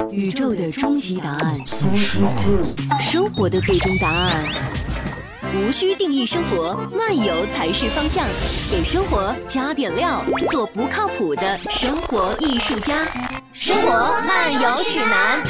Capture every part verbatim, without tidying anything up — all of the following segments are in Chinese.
宇宙的终极答案，生活的最终答案。无需定义生活，漫游才是方向。给生活加点料，做不靠谱的生活艺术家。生活漫游指南。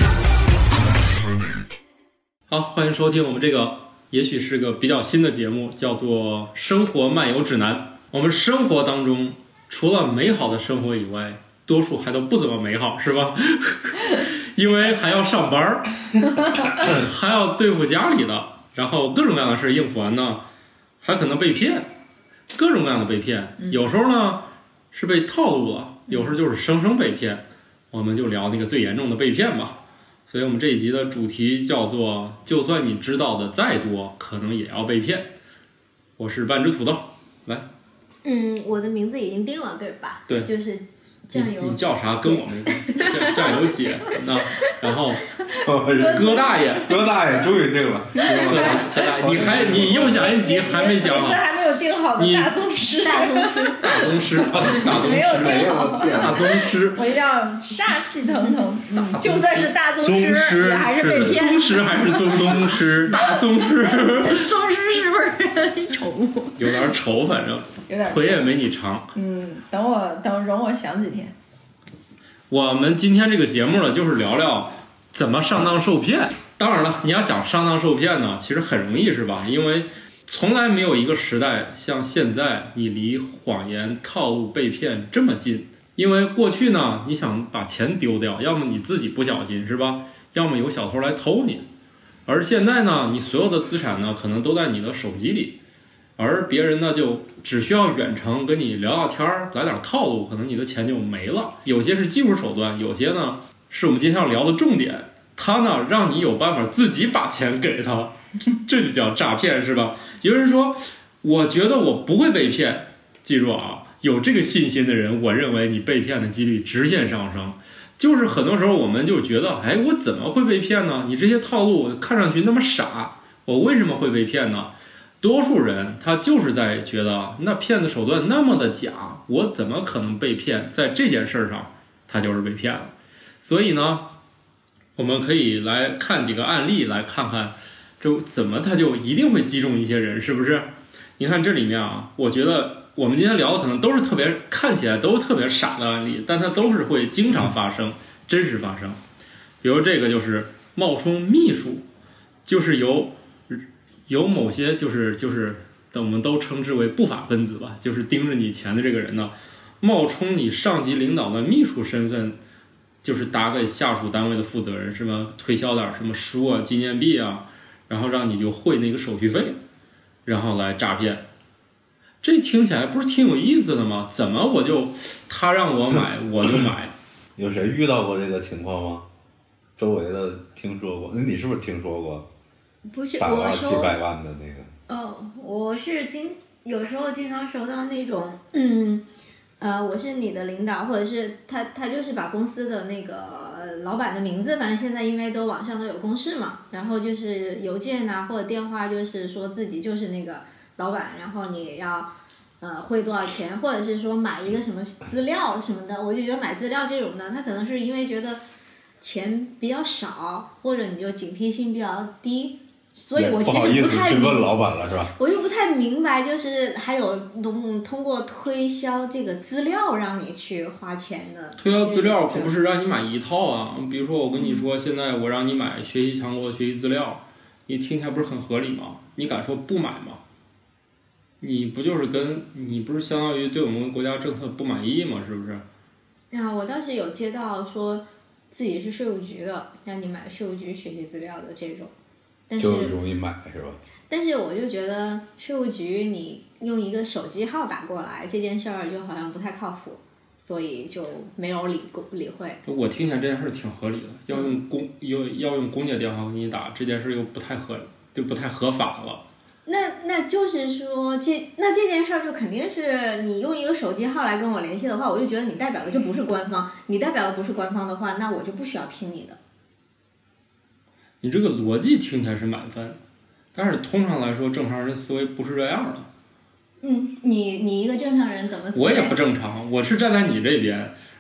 好，欢迎收听我们这个也许是个比较新的节目，叫做《生活漫游指南》。我们生活当中除了美好的生活以外，多数还都不怎么美好，是吧？因为还要上班，还要对付家里的，然后各种各样的事应付完呢，还可能被骗，各种各样的被骗。有时候呢是被套路了，有时候就是生生被骗。我们就聊那个最严重的被骗吧。所以我们这一集的主题叫做就算你知道的再多，可能也要被骗。我是半只土豆，来。 嗯，我的名字已经定了，对吧？ 对， 就是酱油。 你, 你叫啥跟我没关系，酱酱油姐。那然后哥大爷， 哥大爷终于定了。 哥大哥大，你还你又想一集还没想好？ 还没有定好的大宗师， 大宗师， 大宗师，大宗师， 没有定好， 大宗师。 我一定要杀气腾腾，嗯，就算是大宗师，也还是被骗。 宗师还是宗宗师，大宗师。 宗师是不是宠物？ 有点丑，反正有点腿也没你长。 嗯，等我等容我想几天。 我们今天这个节目呢，就是聊聊怎么上当受骗。当然了，你要想上当受骗呢，其实很容易，是吧？因为从来没有一个时代像现在，你离谎言、套路、被骗这么近。因为过去呢，你想把钱丢掉，要么你自己不小心，是吧？要么有小偷来偷你。而现在呢，你所有的资产呢，可能都在你的手机里。而别人呢，就只需要远程跟你聊聊天儿，来点套路，可能你的钱就没了。有些是技术手段，有些呢是我们今天要聊的重点。他呢，让你有办法自己把钱给他，这就叫诈骗，是吧？有人说，我觉得我不会被骗。记住啊，有这个信心的人，我认为你被骗的几率直线上升。就是很多时候我们就觉得，哎，我怎么会被骗呢？你这些套路看上去那么傻，我为什么会被骗呢？多数人他就是在觉得那骗子手段那么的假，我怎么可能被骗？在这件事上他就是被骗了。所以呢，我们可以来看几个案例，来看看这怎么他就一定会击中一些人，是不是？你看这里面啊，我觉得我们今天聊的可能都是特别看起来都特别傻的案例，但它都是会经常发生，真实发生。比如这个就是冒充秘书，就是由有某些就是就是我们都称之为不法分子吧，就是盯着你钱的这个人呢，冒充你上级领导的秘书身份，就是打给下属单位的负责人，什么推销点什么书啊、纪念币啊，然后让你就汇那个手续费，然后来诈骗。这听起来不是挺有意思的吗？怎么我就他让我买我就买？ 有谁遇到过这个情况吗？周围的听说过？你是不是听说过？ 不是， 百万、 我收几百万的那个。 哦，我是经有时候经常收到那种，嗯，呃，我是你的领导，或者是他他就是把公司的那个老板的名字，反正现在因为都网上都有公示嘛，然后就是邮件啊或者电话，就是说自己就是那个老板，然后你要呃汇多少钱，或者是说买一个什么资料什么的，我就觉得买资料这种的，他可能是因为觉得钱比较少，或者你就警惕性比较低。所以我其实不太明白， 不好意思去问老板了，是吧？ 我就不太明白，就是还有通通过推销这个资料让你去花钱的。 推销资料可不是让你买一套啊！比如说我跟你说，现在我让你买学习强国的学习资料，你听起来不是很合理吗？你敢说不买吗？你不就是跟你不是相当于对我们国家政策不满意吗？是不是？ 啊，我倒是有接到说自己是税务局的，让你买税务局学习资料的这种。但是就容易买是吧？ 但是我就觉得税务局你用一个手机号打过来这件事儿就好像不太靠谱，所以就没有理理会。 我听起来这件事挺合理的，要用公要要用公家电话给你打，这件事又不太合理，就不太合法了。 那那就是说这那这件事儿就肯定是你用一个手机号来跟我联系的话，我就觉得你代表的就不是官方，你代表的不是官方的话，那我就不需要听你的。 你这个逻辑听起来是满分，但是通常来说，正常人思维不是这样的。 嗯，你你一个正常人怎么思维？ 我也不正常，我是站在你这边。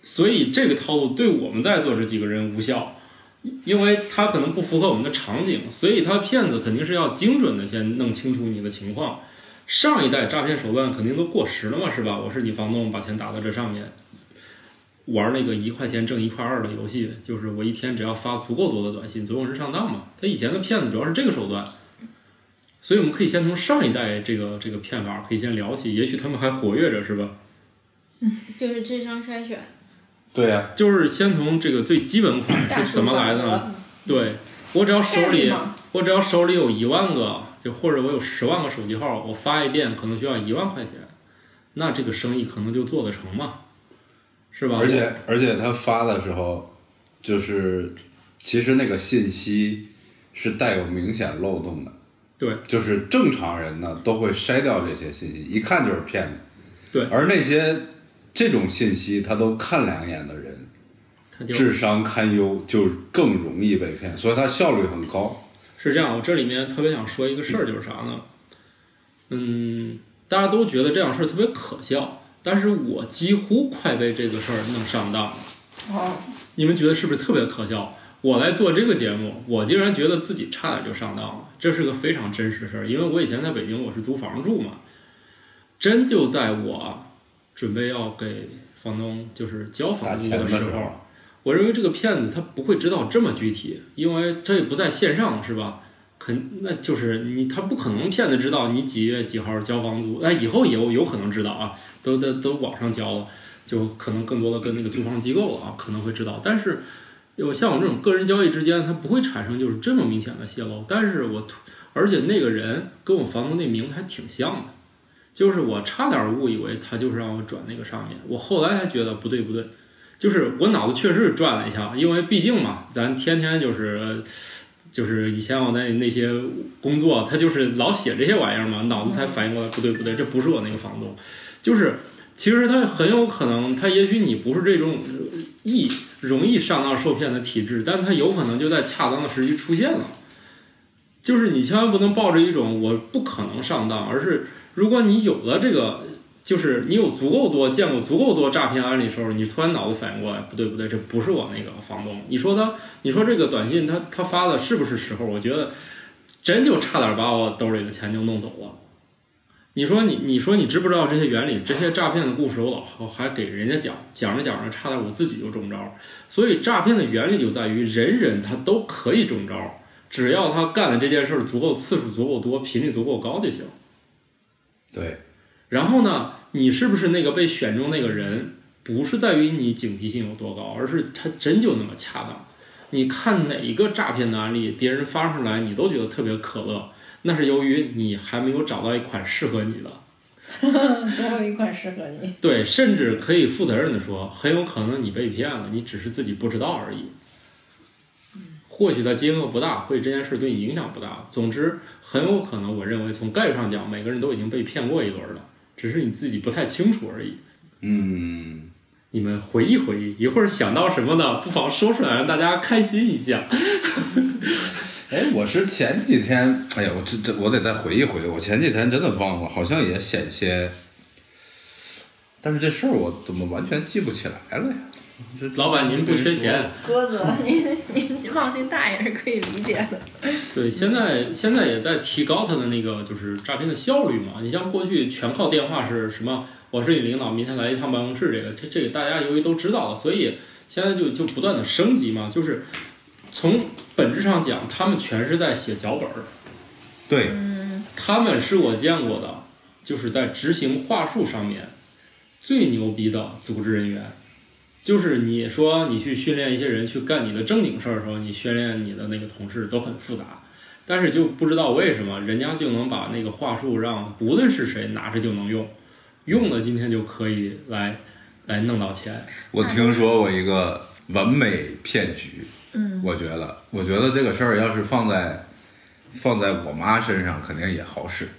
所以这个套路对我们在座这几个人无效，因为它可能不符合我们的场景，所以他骗子肯定是要精准的先弄清楚你的情况。上一代诈骗手段肯定都过时了嘛，是吧？我是你房东，把钱打到这上面，玩那个一块钱挣一块二的游戏，就是我一天只要发足够多的短信，总有人上当嘛。他以前的骗子主要是这个手段，所以我们可以先从上一代这个这个骗法可以先聊起，也许他们还活跃着，是吧？ 嗯，就是智商筛选。 对呀、啊， 就是先从这个最基本款是怎么来的呢？对，我只要手里我只要手里有一万个，就或者我有十万个手机号，我发一遍可能需要一万块钱，那这个生意可能就做得成嘛，是吧？ 而且而且他发的时候，就是其实那个信息是带有明显漏洞的。 对， 就是正常人呢都会筛掉这些信息，一看就是骗子。 对， 而那些这种信息他都看两眼的人，智商堪忧，就更容易被骗，所以他效率很高。 是这样，我这里面特别想说一个事儿，就是啥呢？嗯，大家都觉得这样事儿特别可笑，但是我几乎快被这个事儿弄上当了。 哦， 你们觉得是不是特别可笑？我来做这个节目，我竟然觉得自己差点就上当了，这是个非常真实的事儿。因为我以前在北京，我是租房住嘛，真就在我准备要给房东就是交房租的时候，我认为这个骗子他不会知道这么具体，因为这也不在线上，是吧？肯那就是你他不可能骗子知道你几月几号交房租，那以后也有有可能知道啊，都都都网上交了，就可能更多的跟那个租房机构了啊，可能会知道，但是。有像我这种个人交易之间，它不会产生就是这么明显的泄露。但是我，而且那个人跟我房东那名字还挺像的，就是我差点误以为他就是让我转那个上面。我后来才觉得不对不对，就是我脑子确实是转了一下，因为毕竟嘛，咱天天就是就是以前我那那些工作，他就是老写这些玩意儿嘛，脑子才反应过来不对不对，这不是我那个房东，就是其实他很有可能，他也许你不是这种易。容易上当受骗的体质，但它有可能就在恰当的时机出现了。就是你千万不能抱着一种我不可能上当，而是如果你有了这个，就是你有足够多见过足够多诈骗案例的时候，你突然脑子反应过来，不对不对，这不是我那个房东。你说他，你说这个短信他他发的是不是时候？我觉得真就差点把我兜里的钱就弄走了。你说你你说你知不知道这些原理？这些诈骗的故事我老还给人家讲，讲着讲着差点我自己就中招。所以诈骗的原理就在于人人他都可以中招，只要他干的这件事足够次数足够多，频率足够高就行。 对。 然后呢，你是不是那个被选中那个人，不是在于你警惕性有多高，而是他真就那么恰当。你看哪一个诈骗的案例，别人发出来你都觉得特别可乐。那是由于你还没有找到一款适合你的， 总有一款适合你。 对，甚至可以负责任的说，很有可能你被骗了，你只是自己不知道而已。或许它金额不大，或者这件事对你影响不大。总之，很有可能，我认为从概率上讲，每个人都已经被骗过一轮了，只是你自己不太清楚而已。 嗯， 你们回忆回忆，一会儿想到什么呢？不妨说出来，让大家开心一下。 哎，我是前几天，哎呀，我这这我得再回忆回忆，我前几天真的忘了，好像也险些，但是这事儿我怎么完全记不起来了呀？ 老板，您不缺钱， 鸽子，您您忘性大也是可以理解的。 对，现在现在也在提高它的那个就是诈骗的效率嘛。你像过去全靠电话是什么？我是你领导，明天来一趟办公室，这个这这个大家由于都知道了，所以现在就就不断的升级嘛，就是。从本质上讲，他们全是在写脚本儿。 对， 他们是我见过的，就是在执行话术上面最牛逼的组织人员。就是你说你去训练一些人去干你的正经事儿的时候，你训练你的那个同事都很复杂，但是就不知道为什么人家就能把那个话术让不论是谁拿着就能用，用了今天就可以来来弄到钱。 我听说过一个完美骗局。 嗯， 我觉得，我觉得这个事儿要是放在放在我妈身上，肯定也好使。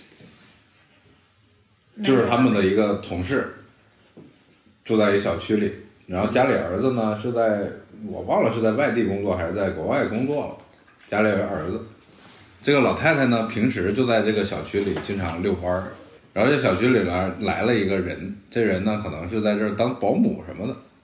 就是他们的一个同事，住在一小区里，然后家里儿子呢是在我忘了是在外地工作还是在国外工作了，家里有儿子。这个老太太呢，平时就在这个小区里经常遛弯儿，然后这小区里呢来了一个人，这人呢可能是在这儿当保姆什么的。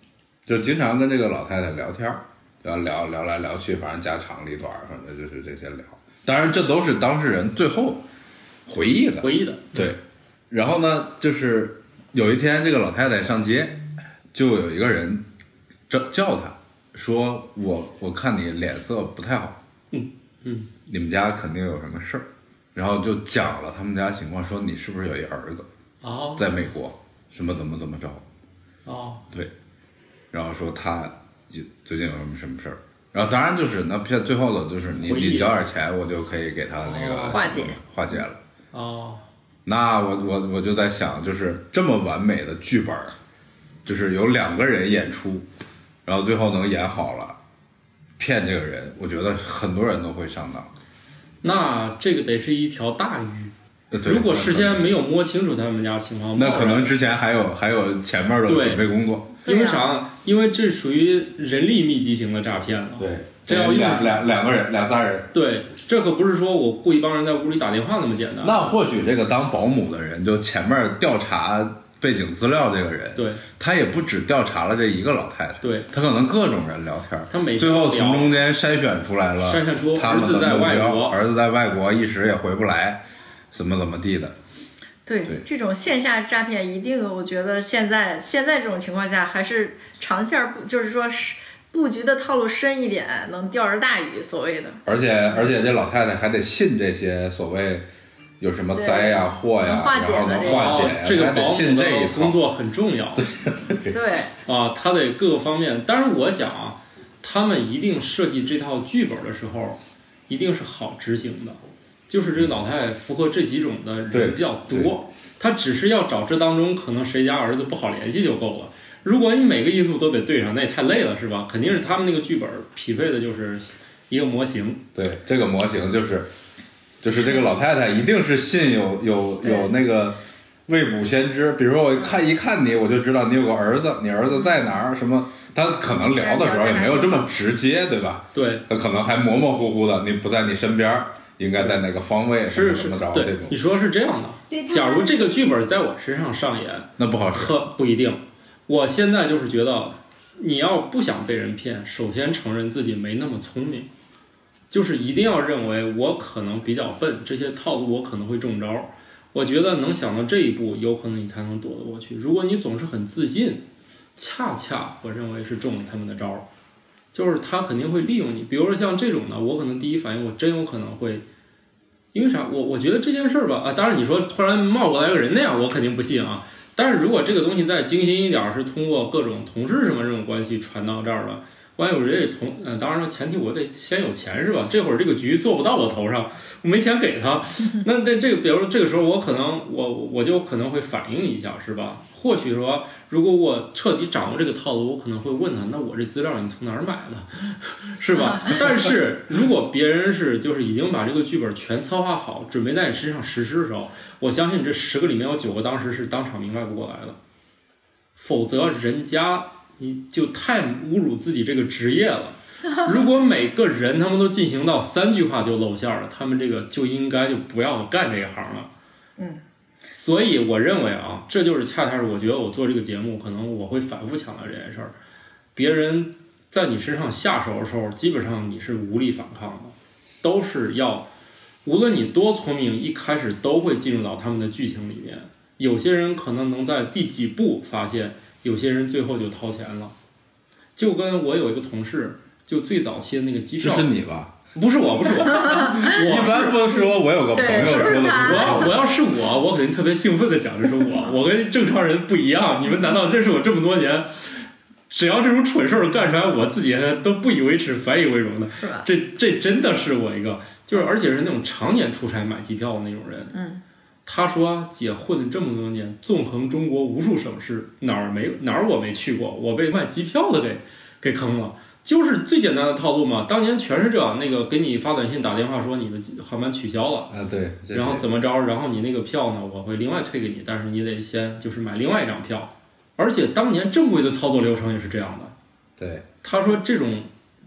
就经常跟这个老太太聊天，就聊聊来聊去，反正家长里短，反正就是这些聊。当然，这都是当事人最后回忆的。 回忆的， 对。然后呢，就是有一天，这个老太太上街，就有一个人叫叫她，说我我看你脸色不太好， 嗯嗯， 你们家肯定有什么事儿，然后就讲了他们家情况，说你是不是有一儿子， 哦， 在美国，什么怎么怎么着， 哦， 对，然后说他最近有什么什么事儿，然后当然就是那片最后的就是你你交点钱，我就可以给他那个、 哦、 化解化解了。 哦， 那我我我就在想，就是这么完美的剧本，就是有两个人演出，然后最后能演好了，骗这个人，我觉得很多人都会上当。 那这个得是一条大鱼。 对， 如果事先没有摸清楚他们家情况， 那可能之前还有还有前面的准备工作。 因为啥呢？因为这属于人力密集型的诈骗了。 对， 这要用两两两个人两仨人。 对，这可不是说我雇一帮人在屋里打电话那么简单。 那或许这个当保姆的人，就前面调查背景资料这个人， 对， 他也不只调查了这一个老太太， 对， 他可能各种人聊天， 他每最后从中间筛选出来了， 筛选出他们的目标， 儿子在外国， 儿子在外国一时也回不来，怎么怎么地的。 对， 对这种线下诈骗一定，我觉得现在现在这种情况下，还是长线布，就是说是布局的套路深一点，能钓着大鱼，所谓的。 而且而且这老太太还得信这些所谓有什么灾呀、祸呀， 化解然后能化解， 哦、这个还得信这一套工作很重要。 对对啊，他得各个方面。当然，我想啊，他们一定设计这套剧本的时候，一定是好执行的。就是这个老太太符合这几种的人比较多，他只是要找这当中可能谁家儿子不好联系就够了。如果你每个因素都得对上，那也太累了，是吧？肯定是他们那个剧本匹配的就是一个模型。 对，这个模型就是就是这个老太太一定是信有有有那个未卜先知，比如说我看一看你，我就知道你有个儿子，你儿子在哪儿，什么他可能聊的时候也没有这么直接，对吧？ 对， 他可能还模模糊糊的，你不在你身边。应该在哪个方位？ 是怎么着？ 对， 这种你说是这样的。假如这个剧本在我身上上演， 那不好使。 不一定。我现在就是觉得，你要不想被人骗，首先承认自己没那么聪明，就是一定要认为我可能比较笨，这些套路我可能会中招。我觉得能想到这一步，有可能你才能躲得过去。如果你总是很自信，恰恰我认为是中了他们的招。就是他肯定会利用你，比如说像这种呢，我可能第一反应我真有可能会，因为啥？我我觉得这件事儿吧，啊，当然你说突然冒过来个人那样，我肯定不信啊。但是如果这个东西再精心一点，是通过各种同事什么这种关系传到这儿了，万一有人也同，嗯、呃，当然了，前提我得先有钱是吧？这会儿这个局做不到我头上，我没钱给他，那这这个，比如说这个时候我可能我我就可能会反应一下是吧？或许说，如果我彻底掌握这个套路，我可能会问他，那我这资料你从哪儿买的，是吧？但是如果别人是就是已经把这个剧本全策划好，准备在你身上实施的时候，我相信这十个里面有九个当时是当场明白不过来的，否则人家你就太侮辱自己这个职业了。如果每个人他们都进行到三句话就露馅了，他们这个就应该就不要干这一行了。 嗯。 所以我认为啊，这就是恰恰是我觉得我做这个节目，可能我会反复强调这件事儿。别人在你身上下手的时候，基本上你是无力反抗的，都是要，无论你多聪明，一开始都会进入到他们的剧情里面。有些人可能能在第几步发现，有些人最后就掏钱了。就跟我有一个同事，就最早期的那个机票， 这是你吧？ 不是我，不是我，我一般不说我有个朋友说的， 我我要是我，我肯定特别兴奋的讲这是我，我跟正常人不一样。你们难道认识我这么多年，只要这种蠢事儿干出来，我自己都不以为耻，反以为荣的， 是吧？ 这这真的是我一个，就是而且是那种常年出差买机票的那种人。 嗯， 他说姐混了这么多年，纵横中国无数省市，哪儿没哪儿我没去过，我被卖机票的给给坑了。就是最简单的套路嘛，当年全是这样，那个给你发短信打电话说你的航班取消了啊，对， 然后怎么着，然后你那个票呢，我会另外退给你，但是你得先就是买另外一张票，而且当年正规的操作流程也是这样的。 对， 他说这种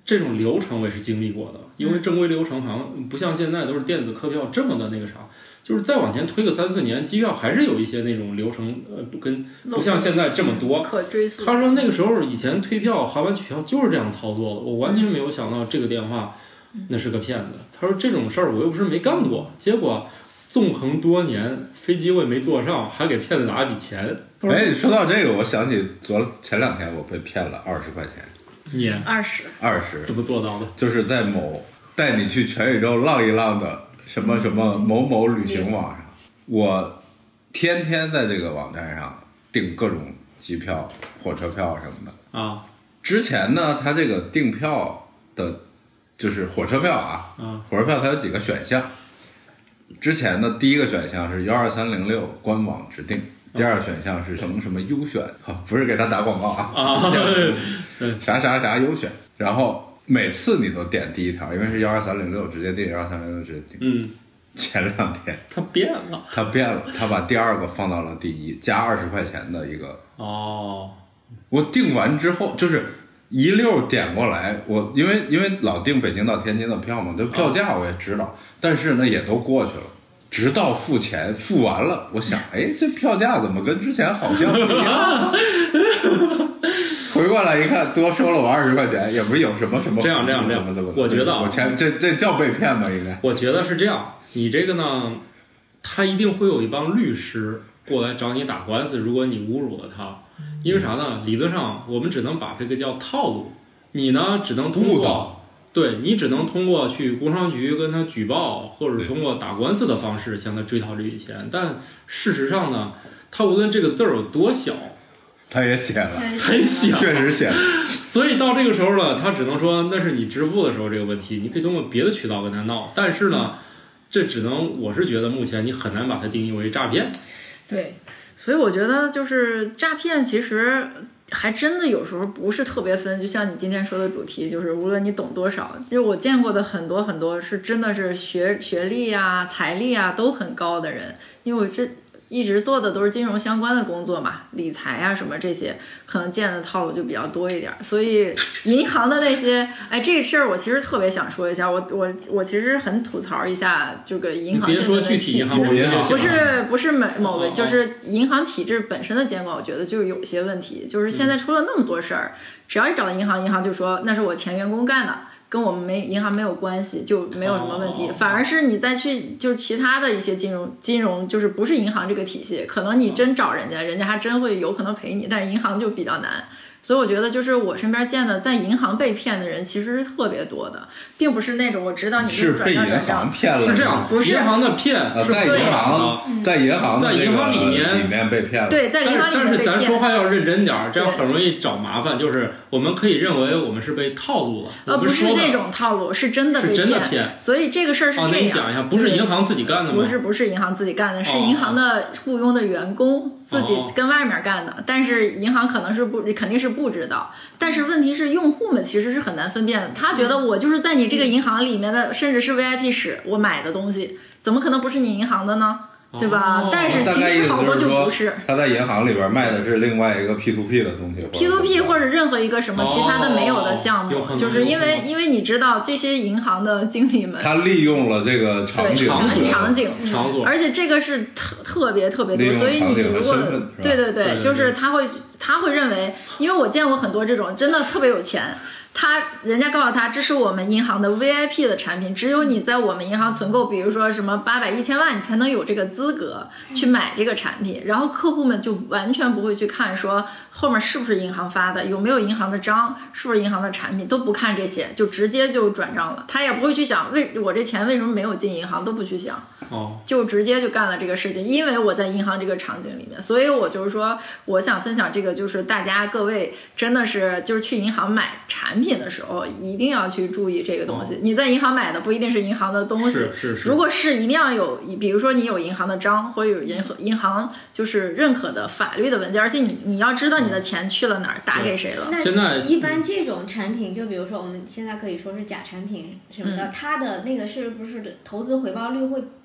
这种流程我也是经历过的，因为正规流程好像不像现在都是电子客票这么的那个啥，就是再往前推个三四年，机票还是有一些那种流程，呃，不跟不像现在这么多。 可追溯。 他说那个时候以前退票、航班取消就是这样操作的，我完全没有想到这个电话那是个骗子。他说这种事儿我又不是没干过，结果纵横多年，飞机我也没坐上，还给骗子拿一笔钱。 哎，你说到这个，我想起昨前两天我被骗了二十块钱。 你二十二十怎么做到的？ 就是在某带你去全宇宙浪一浪的什么什么某某旅行网上，我天天在这个网站上订各种机票、火车票什么的啊。 之前呢，它这个订票的，就是火车票啊， 啊火车票它有几个选项。之前的第一个选项是幺二三零六官网指定。第二选项是什么什么优选，不是给他打广告啊， 啊啥啥啥优选。然后每次你都点第一条，因为是幺二三零六直接订，幺二三零六直接订。 嗯， 前两天他变了， 他变了，他把第二个放到了第一，加二十块钱的一个。 哦， 我订完之后就是一溜点过来，我因为因为老订北京到天津的票嘛，这票价我也知道，但是呢也都过去了。直到付钱，付完了，我想，哎，这票价怎么跟之前好像不一样？回过来一看，多收了我二十块钱，也不有什么什么这样这样这样。我觉得我前这这叫被骗吗？应该。 我觉得是这样，你这个呢，他一定会有一帮律师过来找你打官司，如果你侮辱了他，因为啥呢？理论上我们只能把这个叫套路，你呢只能通过。对，你只能通过去工商局跟他举报，或者通过打官司的方式向他追讨这笔钱。但事实上呢，他无论这个字儿有多小， 他也写了， 很小， 确实写了。 所以到这个时候呢，他只能说那是你支付的时候这个问题，你可以通过别的渠道跟他闹。但是呢，这只能我是觉得目前你很难把它定义为诈骗。 对，所以我觉得就是诈骗其实。还真的有时候不是特别分，就像你今天说的主题，就是无论你懂多少，其实我见过的很多很多是真的是学学历啊、财力啊都很高的人，因为我这一直做的都是金融相关的工作嘛，理财啊什么这些，可能见的套路就比较多一点。所以银行的那些，哎，这个事儿我其实特别想说一下，我我我其实很吐槽一下这个银行。 别说具体银行， 不是不是某某个，就是银行体制本身的监管，我觉得就是有些问题。就是现在出了那么多事儿，只要一找到银行，银行就说那是我前员工干的。跟我们没银行没有关系，就没有什么问题。 哦、 反而是你再去就是其他的一些金融金融，就是不是银行这个体系，可能你真找人家，人家还真会有可能赔你，但是银行就比较难。所以我觉得就是我身边见的在银行被骗的人其实是特别多的，并不是那种我知道你是被银行骗了， 是这样， 不是银行的骗， 呃、在银行在银行在银行里面里面被骗了， 对，在银行里面被骗。 但是咱说话要认真点，这样很容易找麻烦。就是我们可以认为我们是被套路了， 呃，不是那种套路，是真的被骗。 是真的骗。 所以这个事儿是这样。 哦，那你讲一下，不是银行自己干的吗？ 不是，不是银行自己干的，是银行的雇佣的员工自己跟外面干的，但是银行可能是不肯定是不知道。但是问题是，用户们其实是很难分辨的。他觉得我就是在你这个银行里面的，甚至是 V I P 室，我买的东西，怎么可能不是你银行的呢？对吧？ 哦、 但是其实好多就不是。 他在银行里边卖的是另外一个 P to P 的东西 ，P to P 或者任何一个什么其他的没有的项目， 哦、 就是因为因为你知道这些银行的经理们， 他利用了这个场景， 场场景， 场所， 而且这个是特特别特别多，所以你如果对对对，就是他会他会认为，因为我见过很多这种真的特别有钱。他人家告诉他，这是我们银行的 V I P 的产品，只有你在我们银行存够，比如说什么八百、一千万，你才能有这个资格去买这个产品。然后客户们就完全不会去看说后面是不是银行发的，有没有银行的章，是不是银行的产品，都不看这些，就直接就转账了。他也不会去想为我这钱为什么没有进银行，都不去想。 哦， 就直接就干了这个事情，因为我在银行这个场景里面，所以我就是说，我想分享这个，就是大家各位真的是就是去银行买产品的时候，一定要去注意这个东西。哦、你在银行买的不一定是银行的东西， 是是是。 如果是一定要有，比如说你有银行的章，或者有银银行就是认可的法律的文件，而且你你要知道你的钱去了哪儿，嗯、打给谁了。 现在一般这种产品，就比如说我们现在可以说是假产品什么的，嗯、它的那个是不是投资回报率会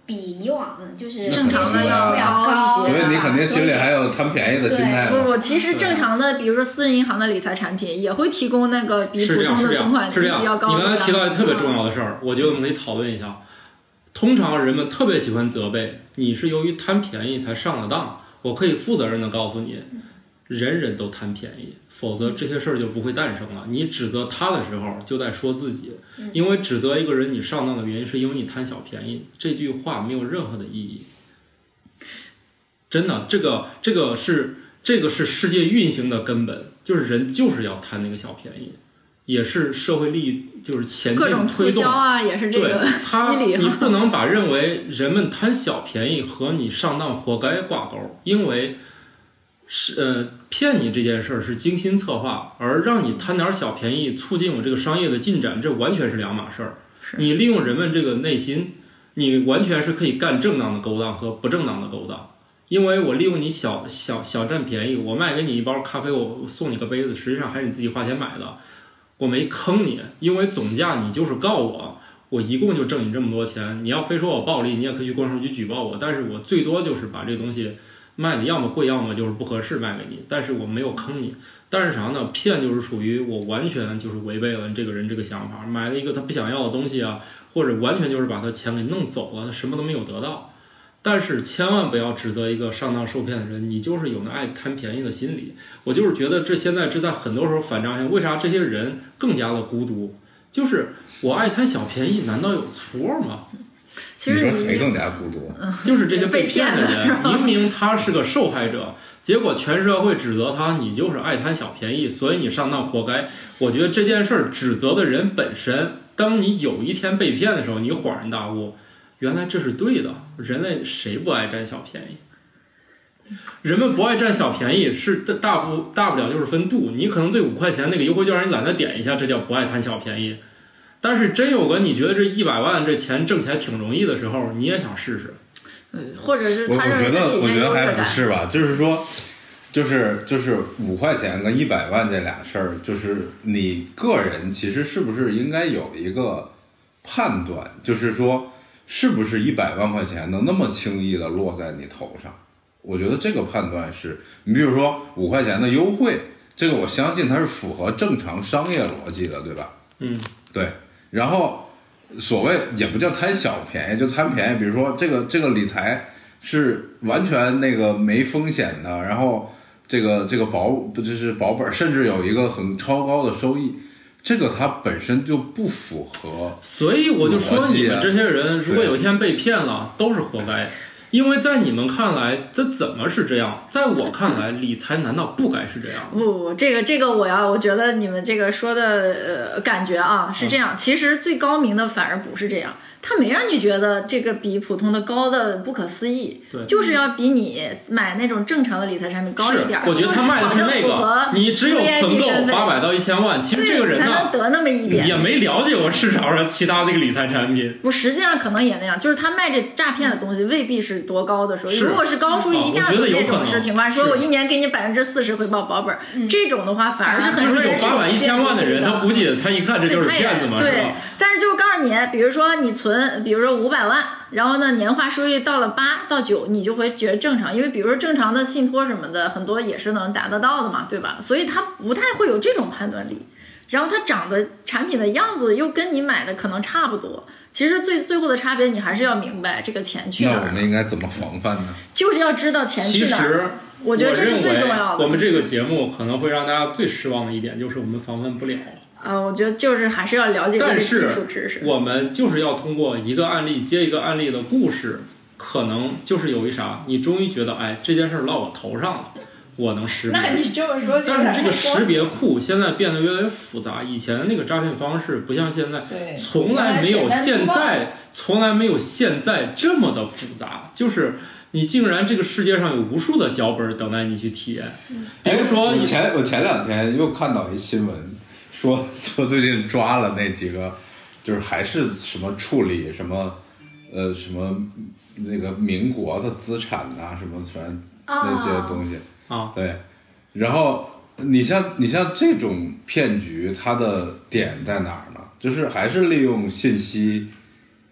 比以往就是正常的要高一些，所以你肯定心里还有贪便宜的心态。 不不，其实正常的，比如说私人银行的理财产品也会提供那个比普通的存款利息要高的。 你刚才提到一个特别重要的事儿，我觉得我们可以讨论一下。通常人们特别喜欢责备你是由于贪便宜才上了当，我可以负责任的告诉你，人人都贪便宜，否则这些事儿就不会诞生了。你指责他的时候就在说自己，因为指责一个人你上当的原因是因为你贪小便宜，这句话没有任何的意义。真的，这个这个是这个是世界运行的根本，就是人就是要贪那个小便宜，也是社会利益就是前进推动。各种促销啊，也是这个激励。 你不能把认为人们贪小便宜和你上当活该挂钩，因为是呃骗你这件事儿是精心策划，而让你贪点小便宜促进我这个商业的进展，这完全是两码事儿。你利用人们这个内心，你完全是可以干正当的勾当和不正当的勾当。因为我利用你小小小占便宜，我卖给你一包咖啡，我送你个杯子，实际上还是你自己花钱买的，我没坑你，因为总价你就是告我，我一共就挣你这么多钱，你要非说我暴利，你也可以去公安局举报我，但是我最多就是把这东西卖的要么贵，要么就是不合适卖给你，但是我没有坑你。但是啥呢？骗就是属于我完全就是违背了这个人这个想法，买了一个他不想要的东西啊，或者完全就是把他钱给弄走了，他什么都没有得到。但是千万不要指责一个上当受骗的人，你就是有那爱贪便宜的心理。我就是觉得这现在这在很多时候反彰现，为啥这些人更加的孤独？就是我爱贪小便宜，难道有错吗？ 其实你说谁更加孤独？ 就是这些被骗的人，明明他是个受害者，结果全社会指责他，你就是爱贪小便宜，所以你上当活该。我觉得这件事儿指责的人本身，当你有一天被骗的时候，你恍然大悟。原来这是对的，人类谁不爱占小便宜？人们不爱占小便宜是大不大不了就是分度，你可能对五块钱那个优惠券你懒得点一下，这叫不爱贪小便宜。但是真有个你觉得这一百万这钱挣起来挺容易的时候，你也想试试。 嗯，或者是我他我觉得我觉得还不是吧，就是说，就是就是五块钱跟一百万这俩事儿，就是你个人其实是不是应该有一个判断，就是说。是不是一百万块钱能那么轻易的落在你头上？我觉得这个判断是，你比如说五块钱的优惠，这个我相信它是符合正常商业逻辑的，对吧？ 嗯， 对。然后所谓也不叫贪小便宜，就贪便宜。比如说这个这个理财是完全那个没风险的，然后这个这个保不就是保本，甚至有一个很超高的收益。这个它本身就不符合， 所以我就说你们这些人如果有一天被骗了，都是活该。因为在你们看来，这怎么是这样？在我看来，理财难道不该是这样？ 不不，这个这个我要，我觉得你们这个说的呃感觉啊是这样。嗯、其实最高明的反而不是这样，他没让你觉得这个比普通的高的不可思议，就是要比你买那种正常的理财产品高一点。 我觉得他卖的是那个，你只有存够八百到一千万，其实这个人呢才能得那么一点， 也没了解过市场上其他那个理财产品。 不，实际上可能也那样，就是他卖这诈骗的东西未必是多高的收益。如果是高收益，一下子那种是挺快，说我一年给你百分之四十回报保本，嗯、这种的话反而是很多人就是有八百一千万的人，他估计他一看这就是骗子嘛， 对。 是吧？ 但是就是告诉你，比如说你存，比如说五百万，然后呢年化收益到了八到九，你就会觉得正常，因为比如说正常的信托什么的，很多也是能达得到的嘛，对吧？所以它不太会有这种判断力。然后它长的产品的样子又跟你买的可能差不多，其实最最后的差别你还是要明白这个钱去哪儿。 那我们应该怎么防范呢？ 就是要知道钱去哪儿。 其实我觉得这是最重要的。 我们这个节目可能会让大家最失望的一点就是我们防范不了。 啊，我觉得就是还是要了解这些基础知识。 我们就是要通过一个案例接一个案例的故事，可能就是有一啥，你终于觉得，哎，这件事落我头上了。我能识别， 那你这么说， 但是这个识别库现在变得越来越复杂。以前的那个诈骗方式不像现在，从来没有现在从来没有现在这么的复杂。就是你竟然这个世界上有无数的脚本等待你去体验。比如说， 我前我前两天又看到一新闻，说说最近抓了那几个，就是还是什么处理什么，呃什么那个民国的资产啊，什么反正那些东西。 啊， 对，然后你像你像这种骗局，它的点在哪儿呢？就是还是利用信息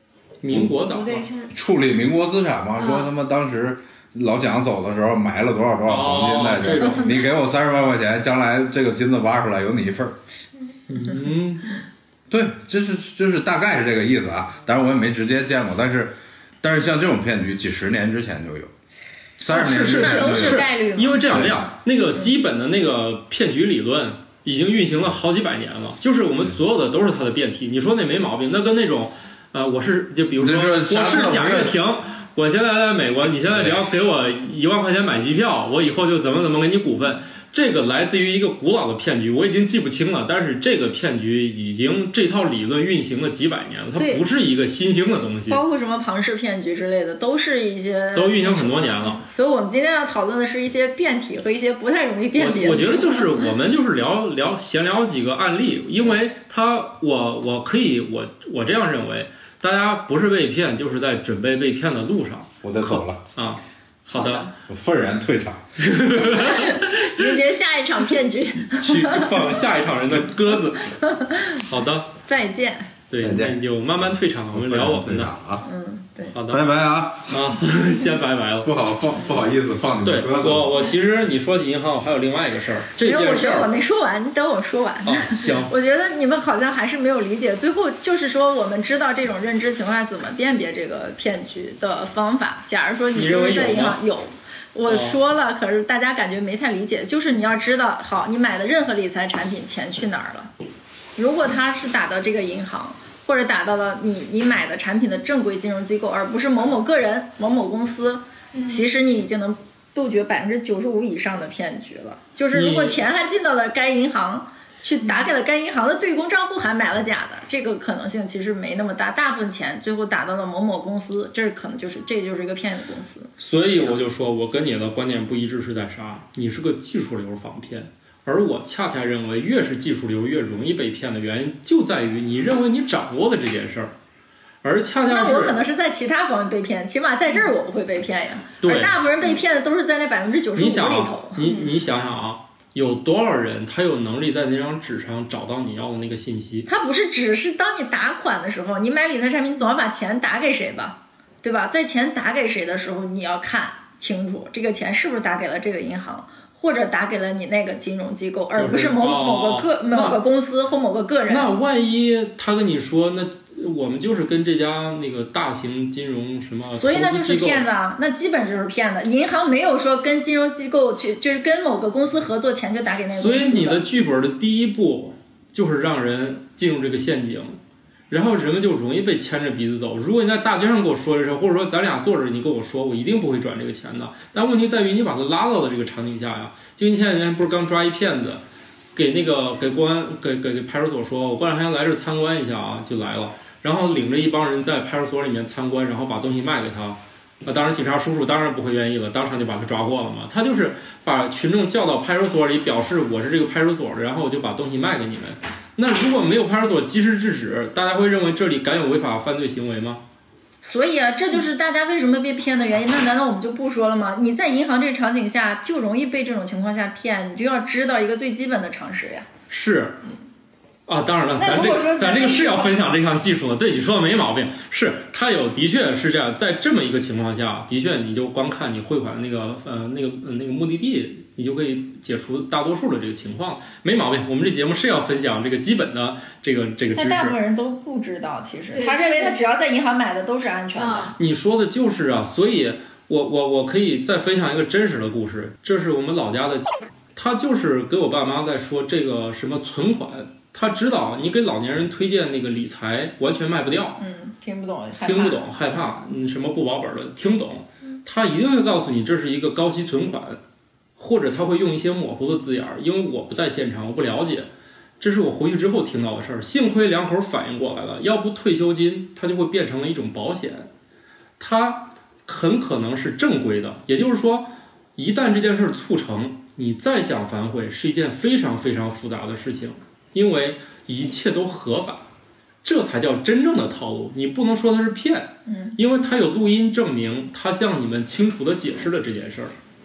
民国早上处理民国资产嘛， 嗯、 说他们当时老蒋走的时候埋了多少多少黄金在这种， 哦、你给我三十万块钱，将来这个金子挖出来有你一份儿。 嗯， 对，就是就是大概是这个意思啊。当然我也没直接见过，但是但是像这种骗局，几十年之前就有。三十年之前都是概率， 因为这样这样，那个基本的那个骗局理论已经运行了好几百年了，就是我们所有的都是它的变体。你说那没毛病，那跟那种，呃，我是就比如说我是贾跃亭，我现在在美国，你现在只要给我一万块钱买机票，我以后就怎么怎么给你股份。这个来自于一个古老的骗局，我已经记不清了，但是这个骗局已经这套理论运行了几百年了，它不是一个新兴的东西。 包括什么庞氏骗局之类的，都是一些都运行很多年了。 所以我们今天要讨论的是一些变体和一些不太容易辨别的。 我我觉得就是我们就是聊聊闲聊几个案例，因为他我我可以我我这样认为，大家不是被骗，就是在准备被骗的路上。 我得走了啊。好的， 我愤然退场， 迎接下一场骗局， 去放下一场人的鸽子。好的， 再见。 对，那你就慢慢退场，我们聊我们的啊。 嗯，对， 好的， 拜拜啊啊，先拜拜了。 不好放，不好意思放你们鸽子。 对，我我其实你说起银行，我还有另外一个事儿。这件事儿我没说完，你等我说完。 啊，行。 我觉得你们好像还是没有理解，最后就是说我们知道这种认知情况下怎么辨别这个骗局的方法。假如说你就是在银行有。我说了，可是大家感觉没太理解。就是你要知道，好，你买的任何理财产品，钱去哪儿了？如果它是打到这个银行，或者打到了你你买的产品的正规金融机构，而不是某某个人、某某公司， 嗯、 其实你已经能杜绝百分之九十五以上的骗局了。就是如果钱还进到了该银行。去打给了该银行的对公账户，还买了假的，这个可能性其实没那么大。大部分钱最后打到了某某公司，这可能就是这就是一个骗子公司。 所以我就说，我跟你的观点不一致是在啥？你是个技术流防骗，而我恰恰认为，越是技术流越容易被骗的原因，就在于你认为你掌握了这件事儿，而恰恰是那我可能是在其他方面被骗，起码在这儿我不会被骗呀。 对， 而大部分人被骗的都是在那百分之九十五里头。 你你想想啊。有多少人他有能力在那张纸上找到你要的那个信息？ 他不是只是当你打款的时候，你买理财产品总要把钱打给谁吧，对吧？在钱打给谁的时候，你要看清楚这个钱是不是打给了这个银行，或者打给了你那个金融机构，而不是某某个个、 哦、 某个公司或某个个人。 那万一他跟你说那？我们就是跟这家那个大型金融什么， 所以那就是骗子啊，那基本就是骗子。银行没有说跟金融机构去，就是跟某个公司合作，钱就打给那个公司。 所以你的剧本的第一步就是让人进入这个陷阱，然后人们就容易被牵着鼻子走。如果你在大街上跟我说这事，或者说咱俩坐着你跟我说，我一定不会转这个钱的。但问题在于你把他拉到了这个场景下呀。就你前两天不是刚抓一骗子，给那个给公安给给给派出所说，我过两天来这参观一下啊，就来了。然后领着一帮人在派出所里面参观，然后把东西卖给他，啊，当然警察叔叔当然不会愿意了，当场就把他抓获了嘛。他就是把群众叫到派出所里，表示我是这个派出所的，然后我就把东西卖给你们。那如果没有派出所及时制止，大家会认为这里敢有违法犯罪行为吗？ 所以啊，这就是大家为什么被骗的原因。那难道我们就不说了吗？你在银行这个场景下就容易被这种情况下骗，你就要知道一个最基本的常识呀。 是。啊，当然了，咱这个咱这个是要分享这项技术的，对你说的没毛病。是，它有的确是这样，在这么一个情况下，的确你就光看你汇款那个呃那个、呃、那个目的地，你就可以解除大多数的这个情况，没毛病。我们这节目是要分享这个基本的这个这个知识。 但大部分人都不知道，其实他认为他只要在银行买的都是安全的。 啊、你说的就是啊，所以我我我可以再分享一个真实的故事，这是我们老家的，他就是给我爸妈在说这个什么存款。他知道你给老年人推荐那个理财完全卖不掉， 嗯，听不懂， 听不懂，害怕，嗯，什么不保本的，听懂，他一定会告诉你这是一个高息存款，或者他会用一些模糊的字眼，因为我不在现场，我不了解，这是我回去之后听到的事儿。幸亏两口反应过来了，要不退休金它就会变成了一种保险，它很可能是正规的，也就是说，一旦这件事促成，你再想反悔是一件非常非常复杂的事情。因为一切都合法，这才叫真正的套路。你不能说它是骗， 嗯， 因为它有录音证明，他向你们清楚地解释了这件事儿。 哎，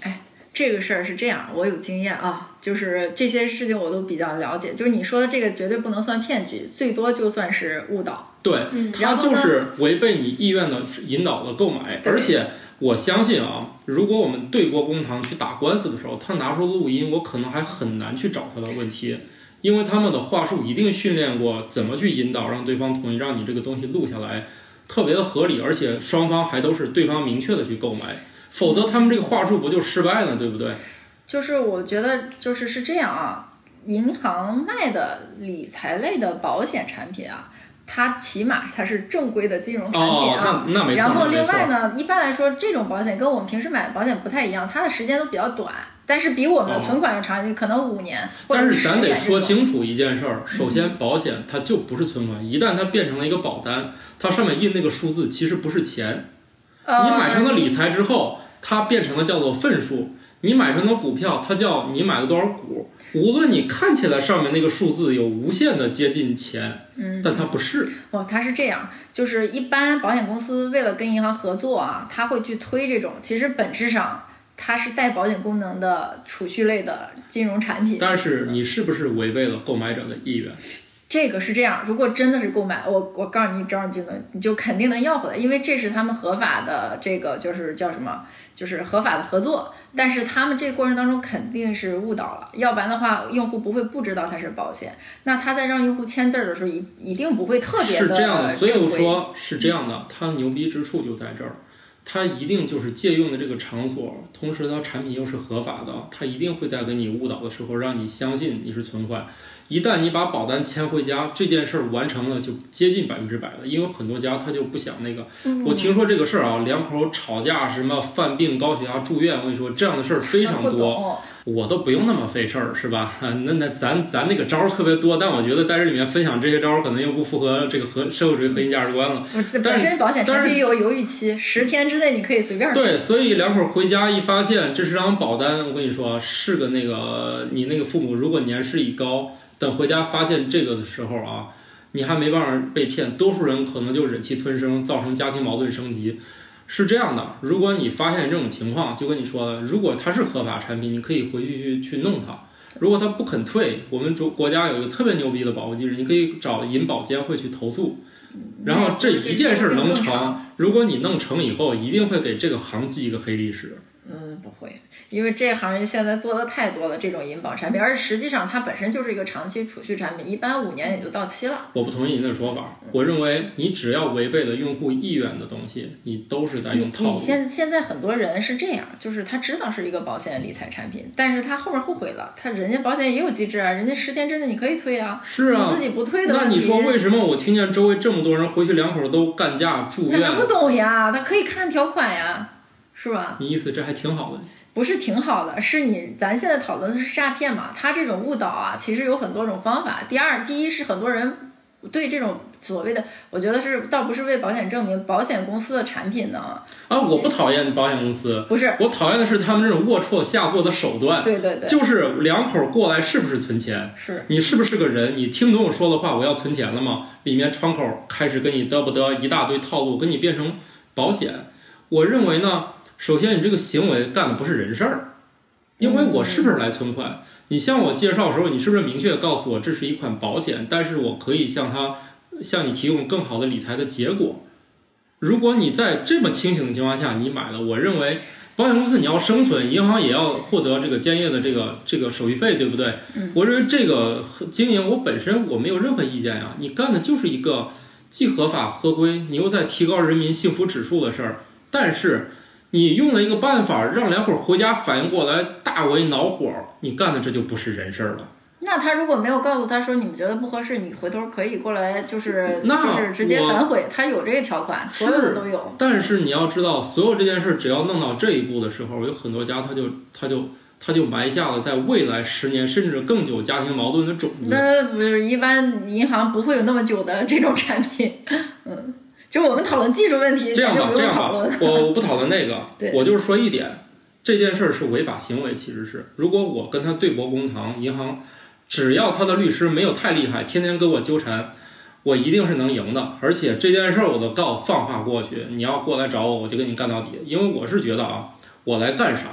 这个事儿是这样，我有经验啊，就是这些事情我都比较了解。就是你说的这个绝对不能算骗局，最多就算是误导。 对， 嗯， 它就是违背你意愿的引导的购买。而且我相信啊，如果我们对簿公堂去打官司的时候，他拿出录音，我可能还很难去找他的问题，因为他们的话术一定训练过怎么去引导，让对方同意，让你这个东西录下来，特别的合理，而且双方还都是对方明确的去购买。否则他们这个话术不就失败了，对不对？ 就是我觉得就是是这样啊，银行卖的理财类的保险产品啊，它起码它是正规的金融产品啊。 哦，那那没错。 然后另外呢，一般来说这种保险跟我们平时买的保险不太一样，它的时间都比较短，但是比我们的存款要长，哦、可能五年或者是十年。但是咱得说清楚一件事儿，首先保险它就不是存款，一旦它变成了一个保单，它上面印那个数字其实不是钱。 呃、 你买成了理财之后，它变成了叫做份数。你买成的股票，它叫你买了多少股。无论你看起来上面那个数字有无限的接近钱， 嗯， 但它不是。 哦，它是这样，就是一般保险公司为了跟银行合作啊，它会去推这种，其实本质上它是带保险功能的储蓄类的金融产品。 但是你是不是违背了购买者的意愿？ 这个是这样，如果真的是购买，我我告诉你，这样就能你就肯定能要回来，因为这是他们合法的，这个就是叫什么，就是合法的合作。但是他们这个过程当中肯定是误导了，要不然的话，用户不会不知道它是保险。那他在让用户签字的时候，一一定不会特别的是这样的，所以我说是这样的，它牛逼之处就在这儿。它一定就是借用的这个场所，同时它产品又是合法的，它一定会在给你误导的时候让你相信你是存款。一旦你把保单签回家，这件事儿完成了就接近百分之百了，因为很多家他就不想那个。 嗯、 我听说这个事儿啊，两口吵架什么犯病高血压住院，我跟你说这样的事儿非常多，我都不用那么费事儿，是吧？那那咱咱那个招儿特别多，但我觉得在这里面分享这些招儿可能又不符合这个核社会主义核心价值观了。 本身保险产品有犹豫期，十天之内你可以随便。 对，所以两口回家一发现这是张保单，我跟你说是个那个你那个父母如果年事已高。等回家发现这个的时候啊，你还没办法被骗，多数人可能就忍气吞声，造成家庭矛盾升级。是这样的，如果你发现这种情况，就跟你说了，如果它是合法产品，你可以回去去去弄它。如果它不肯退，我们国国家有一个特别牛逼的保护机制，你可以找银保监会去投诉。然后这一件事能成，如果你弄成以后，一定会给这个行记一个黑历史。 嗯，不会，因为这行业现在做的太多了，这种银保产品，而实际上它本身就是一个长期储蓄产品，一般五年也就到期了。 我不同意您的说法，我认为你只要违背了用户意愿的东西，你都是在用套路。 你你现现在很多人是这样，就是他知道是一个保险理财产品，但是他后面后悔了，他人家保险也有机制啊，人家十天之内你可以退啊。 是啊， 你自己不退的那你说为什么我听见周围这么多人回去两口都干架住院？ 那还不懂呀，他可以看条款呀，是吧？ 你意思这还挺好的。 不是挺好的，是你咱现在讨论的是诈骗嘛？他这种误导啊，其实有很多种方法。第二，第一是很多人对这种所谓的，我觉得是倒不是为保险证明，保险公司的产品呢啊，我不讨厌保险公司， 不是， 我讨厌的是他们这种龌龊下作的手段。 对对对， 就是两口过来是不是存钱？ 是你是不是个人？你听懂我说的话，我要存钱了吗？里面窗口开始跟你得不得一大堆套路，跟你变成保险。我认为呢。首先，你这个行为干的不是人事儿，因为我是不是来存款？你向我介绍的时候，你是不是明确告诉我这是一款保险，但是我可以向他向你提供更好的理财的结果？如果你在这么清醒的情况下你买了，我认为保险公司你要生存，银行也要获得这个坚业的这个这个手续费，对不对？我认为这个经营我本身我没有任何意见呀，你干的就是一个既合法合规，你又在提高人民幸福指数的事儿，但是。你用了一个办法让两口回家反应过来，大为恼火，你干的这就不是人事了。 那他如果没有告诉他说你们觉得不合适，你回头可以过来就是那就是直接反悔，他有这个条款，所有的都有。 但是你要知道，所有这件事只要弄到这一步的时候，有很多家他就他就他就埋下了在未来十年甚至更久家庭矛盾的种子。 那不是一般银行不会有那么久的这种产品，嗯。就我们讨论技术问题， 这样吧，这样吧，我我不讨论那个，我就是说一点，这件事儿是违法行为，其实是，如果我跟他对簿公堂，银行只要他的律师没有太厉害，天天跟我纠缠，我一定是能赢的。而且这件事儿我都告放话过去，你要过来找我，我就跟你干到底。因为我是觉得啊，我来干啥？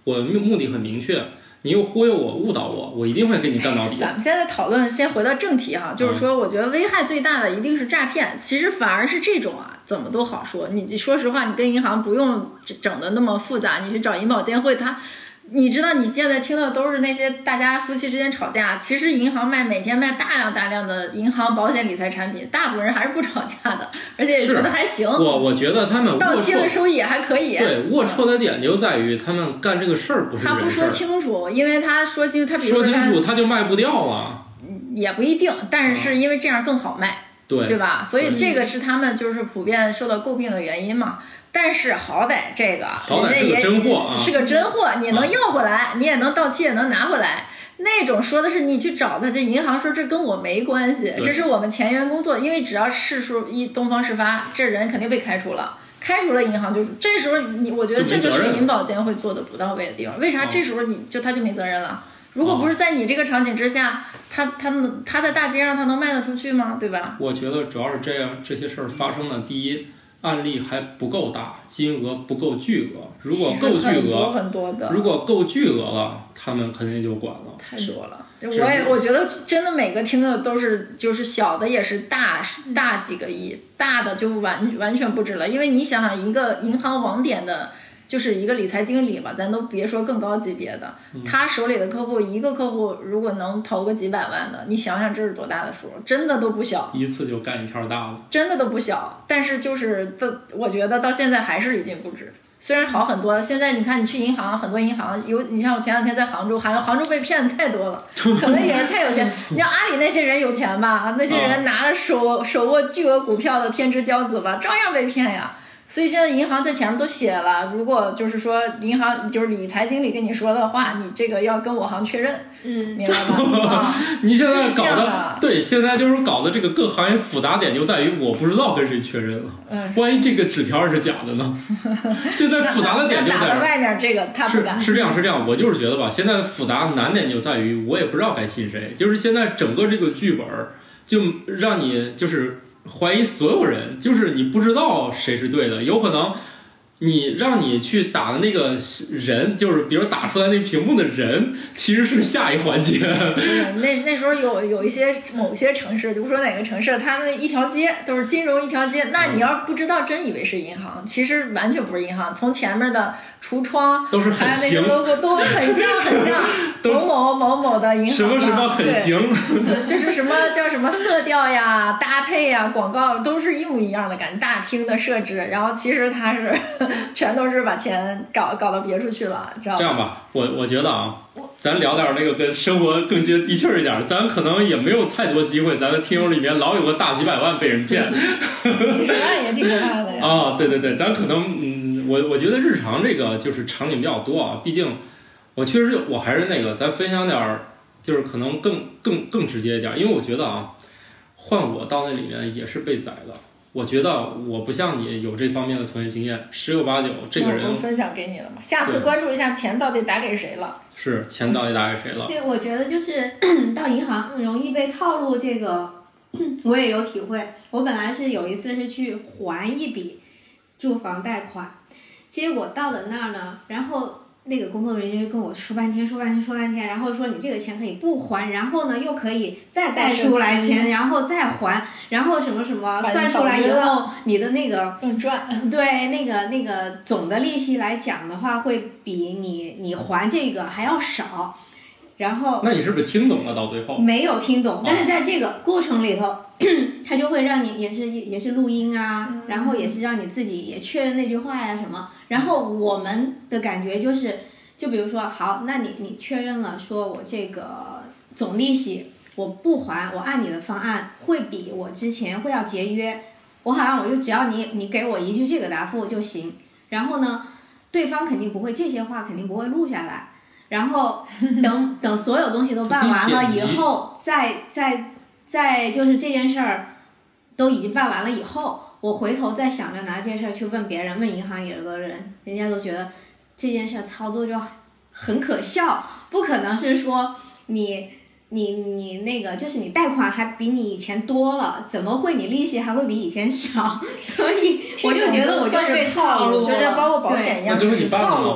我目的很明确，你又忽悠我误导我，我一定会跟你站到底。 咱们现在讨论，先回到正题哈，就是说我觉得危害最大的一定是诈骗，其实反而是这种啊，怎么都好说。你说实话，你跟银行不用整的那么复杂，你去找银保监会，他你知道你现在听到都是那些大家夫妻之间吵架，其实银行卖每天卖大量大量的银行保险理财产品，大部分人还是不吵架的，而且也觉得还行。 我我觉得他们到期的时候也还可以。 对，龌龊的点就在于他们干这个事儿不是人事儿， 他不说清楚，因为他说清楚，他比如说清楚他就卖不掉了， 也不一定，但是是因为这样更好卖。 对对吧？所以这个是他们就是普遍受到诟病的原因嘛。但是好歹这个好歹是个真货啊， 是个真货，你能要回来，你也能到期也能拿回来。那种说的是你去找他，这银行说这跟我没关系，这是我们前员工做，因为只要事出一东方事发，这人肯定被开除了。开除了银行就这时候你，我觉得这就是银保监会做的不到位的地方。为啥这时候你就他就没责任了？如果不是在你这个场景之下，他他他在大街上他能卖得出去吗？对吧？ 我觉得主要是这样，这些事儿发生的第一案例还不够大，金额不够巨额。如果够巨额， 很多很多的。 如果够巨额了，他们肯定就管了。 太多了。我也我觉得真的每个听的都是，就是小的也是大大几个亿，大的就完完全不止了。因为你想想，一个银行网点的。就是一个理财经理吧，咱都别说更高级别的， 嗯、 他手里的客户一个客户如果能投个几百万的，你想想这是多大的数，真的都不小， 一次就干一片大的， 真的都不小。但是就是到我觉得到现在还是屡禁不止，虽然好很多。现在你看你去银行，很多银行有，你像我前两天在杭州，杭杭州被骗的太多了，可能也是太有钱。你知道阿里那些人有钱吧？那些人拿着手手握巨额股票的天之骄子吧，照样被骗呀。所以现在银行在前面都写了，如果就是说银行就是理财经理跟你说的话，你这个要跟我行确认， 嗯， 明白吗？啊、 你现在搞的， 的对，现在就是搞的这个各行业复杂点就在于我不知道跟谁确认了， 嗯， 万一这个纸条是假的呢？现在复杂的点就在打在外面，这个他不敢。 是是这样是这样，我就是觉得吧，现在复杂难点就在于我也不知道该信谁，就是现在整个这个剧本就让你就是怀疑所有人，就是你不知道谁是对的，有可能你让你去打的那个人，就是比如打出来那屏幕的人，其实是下一环节。 那那时候有有一些某些城市，就不说哪个城市，他们一条街都是金融一条街，那你要不知道，真以为是银行，其实完全不是银行。从前面的橱窗都是很还有那个 logo 都很像很像某某某某的银行， 什么什么很行， 就是什么叫什么色调呀、搭配呀、广告都是一模一样的感觉，大厅的设置，然后其实它是。全都是把钱搞搞到别处去了，知道吗？ 这样吧，我我觉得啊，咱聊点那个跟生活更接地气儿一点，咱可能也没有太多机会，咱的听友里面老有个大几百万被人骗， 几十万也挺可怕的呀。 啊，对对对，咱可能嗯，我我觉得日常这个就是场景比较多啊，毕竟我确实我还是那个，咱分享点儿，就是可能更更更直接一点，因为我觉得啊，换我到那里面也是被宰的。我觉得我不像你有这方面的从业经验，十有八九这个人我分享给你了嘛。下次关注一下钱到底打给谁了？ 是钱到底打给谁了？ 对，我觉得就是到银行容易被套路，这个我也有体会。我本来是有一次是去还一笔住房贷款，结果到了那儿呢，然后那个工作人员就跟我说半天说半天说半天，然后说你这个钱可以不还，然后呢又可以再贷出来钱，然后再还，然后什么什么算出来以后，你的那个更赚。 对，那个那个总的利息来讲的话，会比你你还这个还要少。然后那你是不是听懂了？到最后没有听懂，但是在这个过程里头，他就会让你也是也是录音啊，嗯、然后也是让你自己也确认那句话呀什么。然后我们的感觉就是，就比如说，好，那你你确认了，说我这个总利息我不还，我按你的方案会比我之前会要节约，我好像我就只要你你给我一句这个答复就行。然后呢，对方肯定不会这些话肯定不会录下来，然后等等所有东西都办完了以后，再再再就是这件事儿都已经办完了以后。我回头再想着拿这件事去问别人，问银行里的人，人家都觉得这件事操作就很可笑，不可能是说你你你那个就是你贷款还比你以前多了，怎么会你利息还会比以前少？所以我就觉得我就被套路了， 就是包括保险一样， 那最后你办了吗？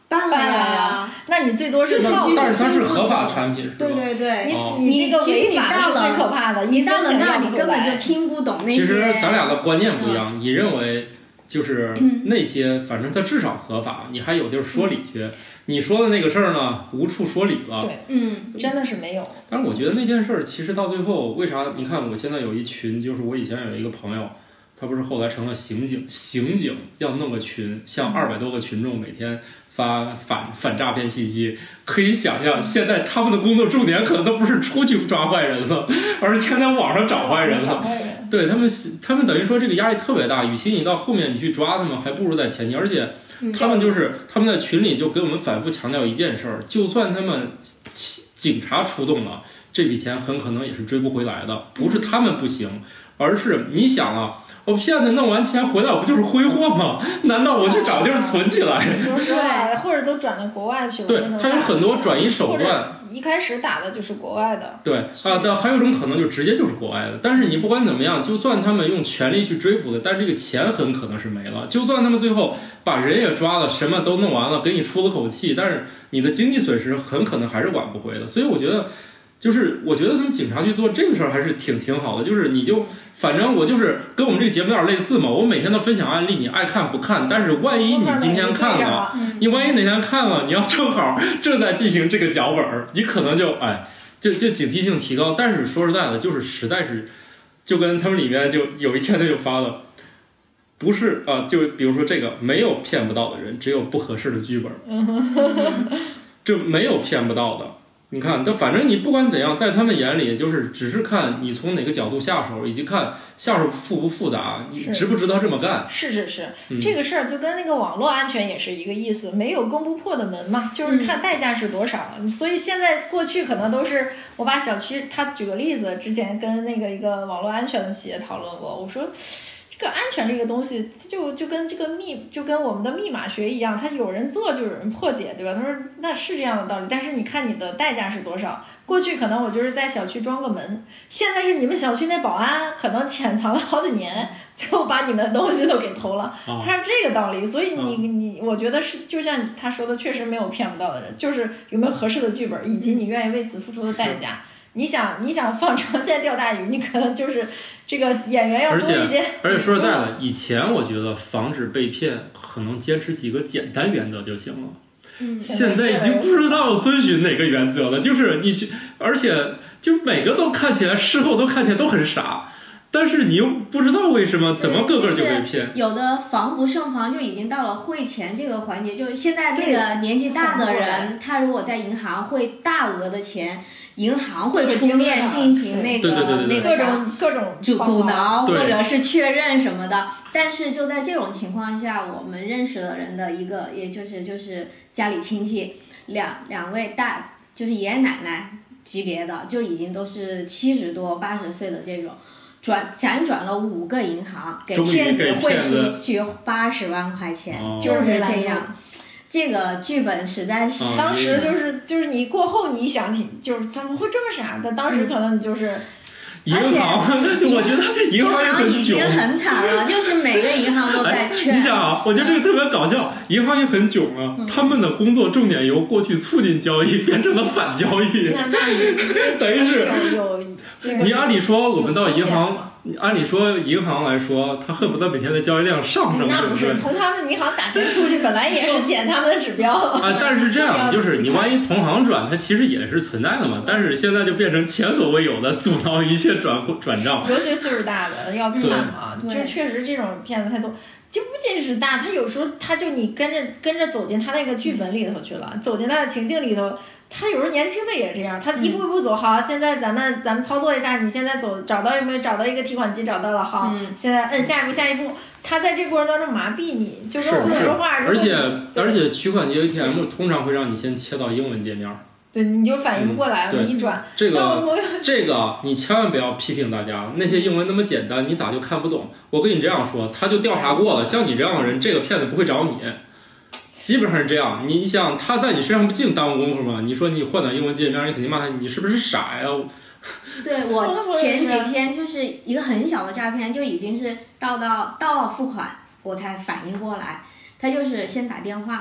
办了呀。 那你最多是但是它是合法产品，是吧？ 对对对， 哦、 你你这个违法是最可怕的， 你到了那儿你根本就听不懂那些。 其实咱俩的观念不一样，嗯、你认为就是那些，反正它至少合法，你还有地儿说理去。嗯、你说的那个事儿呢，无处说理了。 对，嗯，真的是没有。 但是我觉得那件事儿，其实到最后，为啥？你看我现在有一群，就是我以前有一个朋友。他不是后来成了刑警，刑警要弄个群，向二百多个群众每天发反反诈骗信息。可以想象，现在他们的工作重点可能都不是出去抓坏人了，而是天天网上找坏人了。对他们，他们等于说这个压力特别大。与其你到后面你去抓他们，还不如在前期。而且他们就是他们在群里就给我们反复强调一件事儿：就算他们警察出动了，这笔钱很可能也是追不回来的。不是他们不行，而是你想啊。我骗子弄完钱回来，我不就是挥霍吗？难道我去找地儿存起来？ 对，或者都转到国外去了。 对，它有很多转移手段。 一开始打的就是国外的。 对啊，但还有一种可能就直接就是国外的。但是你不管怎么样，就算他们用全力去追捕的，但是这个钱很可能是没了。就算他们最后把人也抓了，什么都弄完了，给你出了口气，但是你的经济损失很可能还是挽不回的。所以我觉得。就是我觉得他们警察去做这个事儿还是挺挺好的，就是你就反正我就是跟我们这个节目有点类似嘛，我每天都分享案例，你爱看不看，但是万一你今天看了，你万一哪天看了，你要正好正在进行这个脚本，你可能就哎就就警惕性提高。但是说实在的，就是实在是就跟他们里面就有一天他就发了，不是啊、呃，就比如说这个没有骗不到的人，只有不合适的剧本，这没有骗不到的。你看，但反正你不管怎样，在他们眼里就是只是看你从哪个角度下手，以及看下手复不复杂，你值不值得这么干。 是是是，嗯、这个事儿就跟那个网络安全也是一个意思，没有攻不破的门嘛，就是看代价是多少。嗯、所以现在过去可能都是我把小区，他举个例子，之前跟那个一个网络安全的企业讨论过，我说。这个安全这个东西就就跟这个密就跟我们的密码学一样，它有人做就有人破解，对吧？他说那是这样的道理，但是你看你的代价是多少？过去可能我就是在小区装个门，现在是你们小区那保安可能潜藏了好几年，就把你们的东西都给偷了，它是这个道理。所以你你我觉得是就像他说的，确实没有骗不到的人，就是有没有合适的剧本，以及你愿意为此付出的代价。你想你想放长线钓大鱼，你可能就是这个演员要多一些。 而且而且说实在的，以前我觉得防止被骗，可能坚持几个简单原则就行了。嗯，现在已经不知道遵循哪个原则了，就是你，而且就每个都看起来事后都看起来都很傻。但是你又不知道为什么，怎么个个就被骗？ 就是、有的防不胜防，就已经到了汇钱这个环节。就是现在那个年纪大的人，他如果在银行汇大额的钱，银行会出面进行那个那个啥各种阻阻挠或者是确认什么的。但是就在这种情况下，我们认识的人的一个，也就是就是家里亲戚两两位大，就是爷爷奶奶级别的，就已经都是七十多八十岁的这种。转辗转了五个银行，给骗子汇出去八十万块钱， 哦、 就是这样。这个剧本实在是， 哦、当时就是就是你过后你想起，就是怎么会这么傻？但当时可能你就是。 银行，我觉得银行也很囧， 已经很惨了，就是每个银行都在劝。 哎、你想啊，我觉得这个特别搞笑，银行也很囧啊，嗯、他们的工作重点由过去促进交易变成了反交易， 那那是等于是有这个。 你按理说我们到银行。按理说，银行来说，他恨不得每天的交易量上升， 那不是从他们银行打钱出去，本来也是减他们的指标啊。但是这样，就是你万一同行转，它其实也是存在的嘛。但是现在就变成前所未有的阻挠一切转转账， 尤其是岁数大的要看嘛，就确实这种骗子太多。就不仅是大，他有时候他就你跟着跟着走进他那个剧本里头去了，走进他的情境里头。他有时候年轻的也这样，他一步一步走，好，现在咱们咱们操作一下，你现在走找到有没有找到一个提款机，找到了，好， 嗯、 现在摁下一步下一步，他在这过程当中麻痹你，就跟我们说话。 而且而且取款机 A T M 通常会让你先切到英文界面。 对，你就反应不过来了， 嗯、 你一转。 这个这个你千万不要批评大家，那些英文那么简单，你咋就看不懂？我跟你这样说，他就调查过了，像你这样的人，这个骗子不会找你。基本上是这样，你想他在你身上不净耽误功夫吗？你说你换到英文界面，你肯定骂他，你是不是傻呀？ 对，我前几天就是一个很小的诈骗，就已经是到到到了付款，我才反应过来，他就是先打电话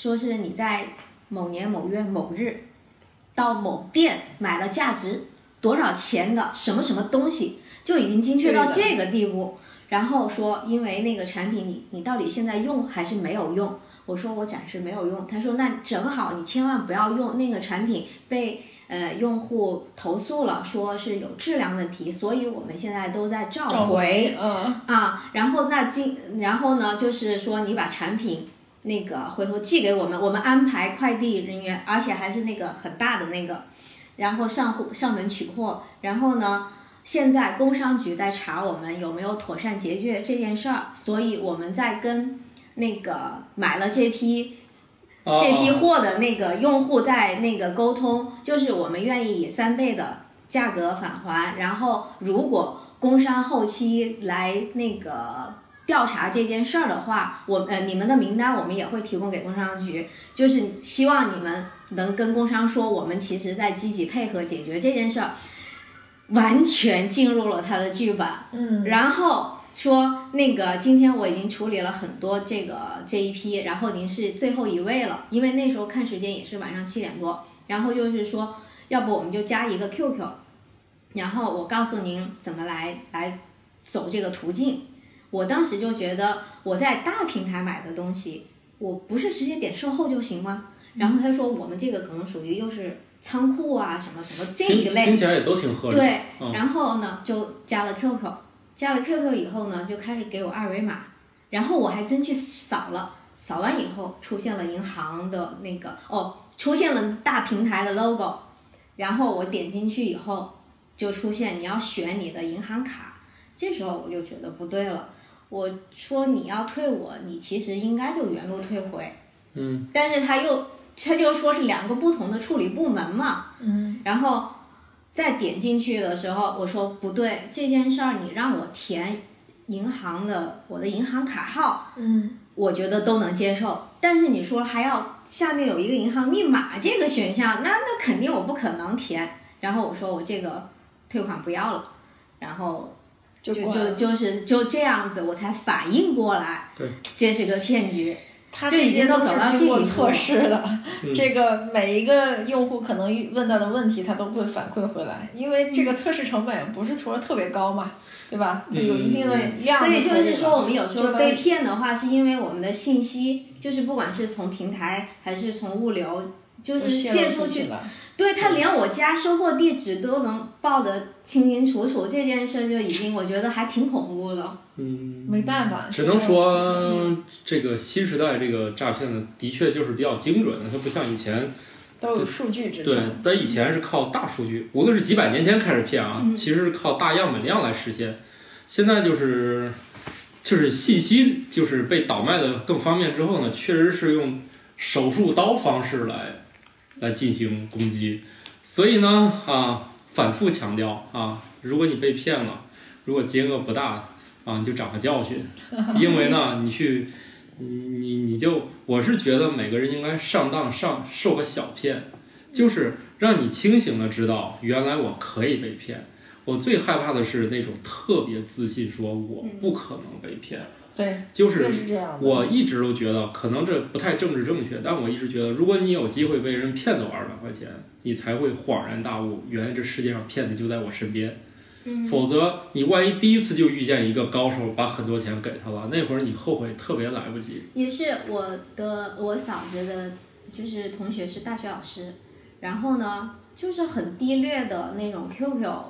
说是你在某年某月某日到某店买了价值多少钱的什么什么东西，就已经精确到这个地步。然后说因为那个产品你你到底现在用还是没有用，我说我暂时没有用，他说那正好你千万不要用，那个产品被呃用户投诉了，说是有质量问题，所以我们现在都在召回。 嗯啊，然后那今然后呢就是说你把产品那个回头寄给我们，我们安排快递人员，而且还是那个很大的那个，然后上户上门取货。然后呢现在工商局在查我们有没有妥善解决这件事儿，所以我们在跟那个买了这批这批货的那个用户在那个沟通，就是我们愿意以三倍的价格返还，然后如果工商后期来那个调查这件事儿的话，我呃你们的名单我们也会提供给工商局，就是希望你们能跟工商说，我们其实在积极配合解决这件事儿。完全进入了他的剧本， 嗯， 然后说那个今天我已经处理了很多这个这一批，然后您是最后一位了，因为那时候看时间也是晚上七点多，然后就是说要不我们就加一个 Q Q， 然后我告诉您怎么来来走这个途径。我当时就觉得我在大平台买的东西，我不是直接点售后就行吗？然后他说我们这个可能属于又是仓库啊什么什么这一类， 听起来也都挺合理。 对， 嗯、 然后呢就加了 Q Q， 加了 Q Q 以后呢就开始给我二维码，然后我还真去扫了，扫完以后出现了银行的那个哦，出现了大平台的 logo， 然后我点进去以后就出现你要选你的银行卡，这时候我就觉得不对了，我说你要退我，你其实应该就原路退回， 嗯， 但是他又。他就说是两个不同的处理部门嘛， 嗯， 然后再点进去的时候，我说不对，这件事儿你让我填银行的我的银行卡号， 嗯， 我觉得都能接受，但是你说还要下面有一个银行密码这个选项，那那肯定我不可能填。然后我说我这个退款不要了，然后就就就就是就这样子，我才反应过来， 对， 这是个骗局。 他这些都走到经过测试的， 嗯、 这个每一个用户可能问到的问题，他都会反馈回来，因为这个测试成本也不是说特别高嘛，对吧？ 嗯、 有一定的量。 所以就是说，我们有时候被骗的话，是因为我们的信息，就是不管是从平台还是从物流，就是泄出去，对他连我家收货地址都能报得清清楚楚，这件事就已经我觉得还挺恐怖的。 嗯， 没办法， 只能说这个新时代这个诈骗的的确就是比较精准的，它不像以前都有数据支撑。 对，但以前是靠大数据，无论是几百年前开始骗啊， 嗯、 其实是靠大样本量来实现。现在就是就是信息就是被倒卖的更方便之后呢，确实是用手术刀方式来来进行攻击。所以呢啊，反复强调啊，如果你被骗了，如果金额不大。啊，你就长个教训，因为呢，你去，你你你就，我是觉得每个人应该上当上受个小骗，就是让你清醒的知道，原来我可以被骗。我最害怕的是那种特别自信说我不可能被骗， 对， 就是这样。 我一直都觉得，可能这不太政治正确，但我一直觉得，如果你有机会被人骗走二百块钱，你才会恍然大悟，原来这世界上骗子就在我身边。 嗯、 否则你万一第一次就遇见一个高手，把很多钱给他了，那会儿你后悔特别来不及。 也是我的我嫂子的，就是同学是大学老师，然后呢，就是很低劣的那种 Q Q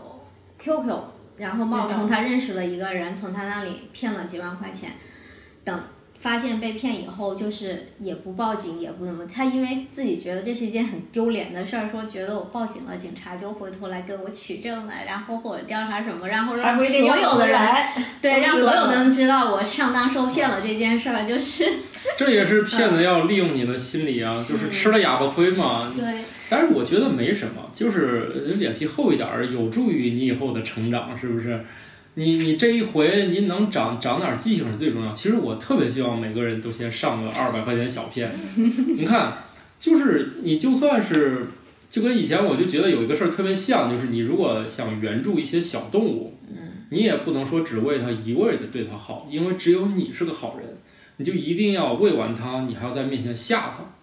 Q Q， 然后冒充他认识了一个人，从他那里骗了几万块钱，等。发现被骗以后，就是也不报警，也不怎么，他因为自己觉得这是一件很丢脸的事儿，说觉得我报警了，警察就回头来跟我取证了，然后或者调查什么，然后让所有的人，对，让所有的人知道我上当受骗了这件事儿，就是。 这也是骗子要利用你的心理啊，嗯、就是吃了哑巴亏嘛。 对。 但是我觉得没什么，就是脸皮厚一点儿，有助于你以后的成长，是不是？你你这一回您能长长点记性是最重要。其实我特别希望每个人都先上个二百块钱小骗。你看，就是你就算是就跟以前我就觉得有一个事儿特别像，就是你如果想援助一些小动物，你也不能说只为它一味的对它好，因为只有你是个好人，你就一定要喂完它，你还要在面前吓它。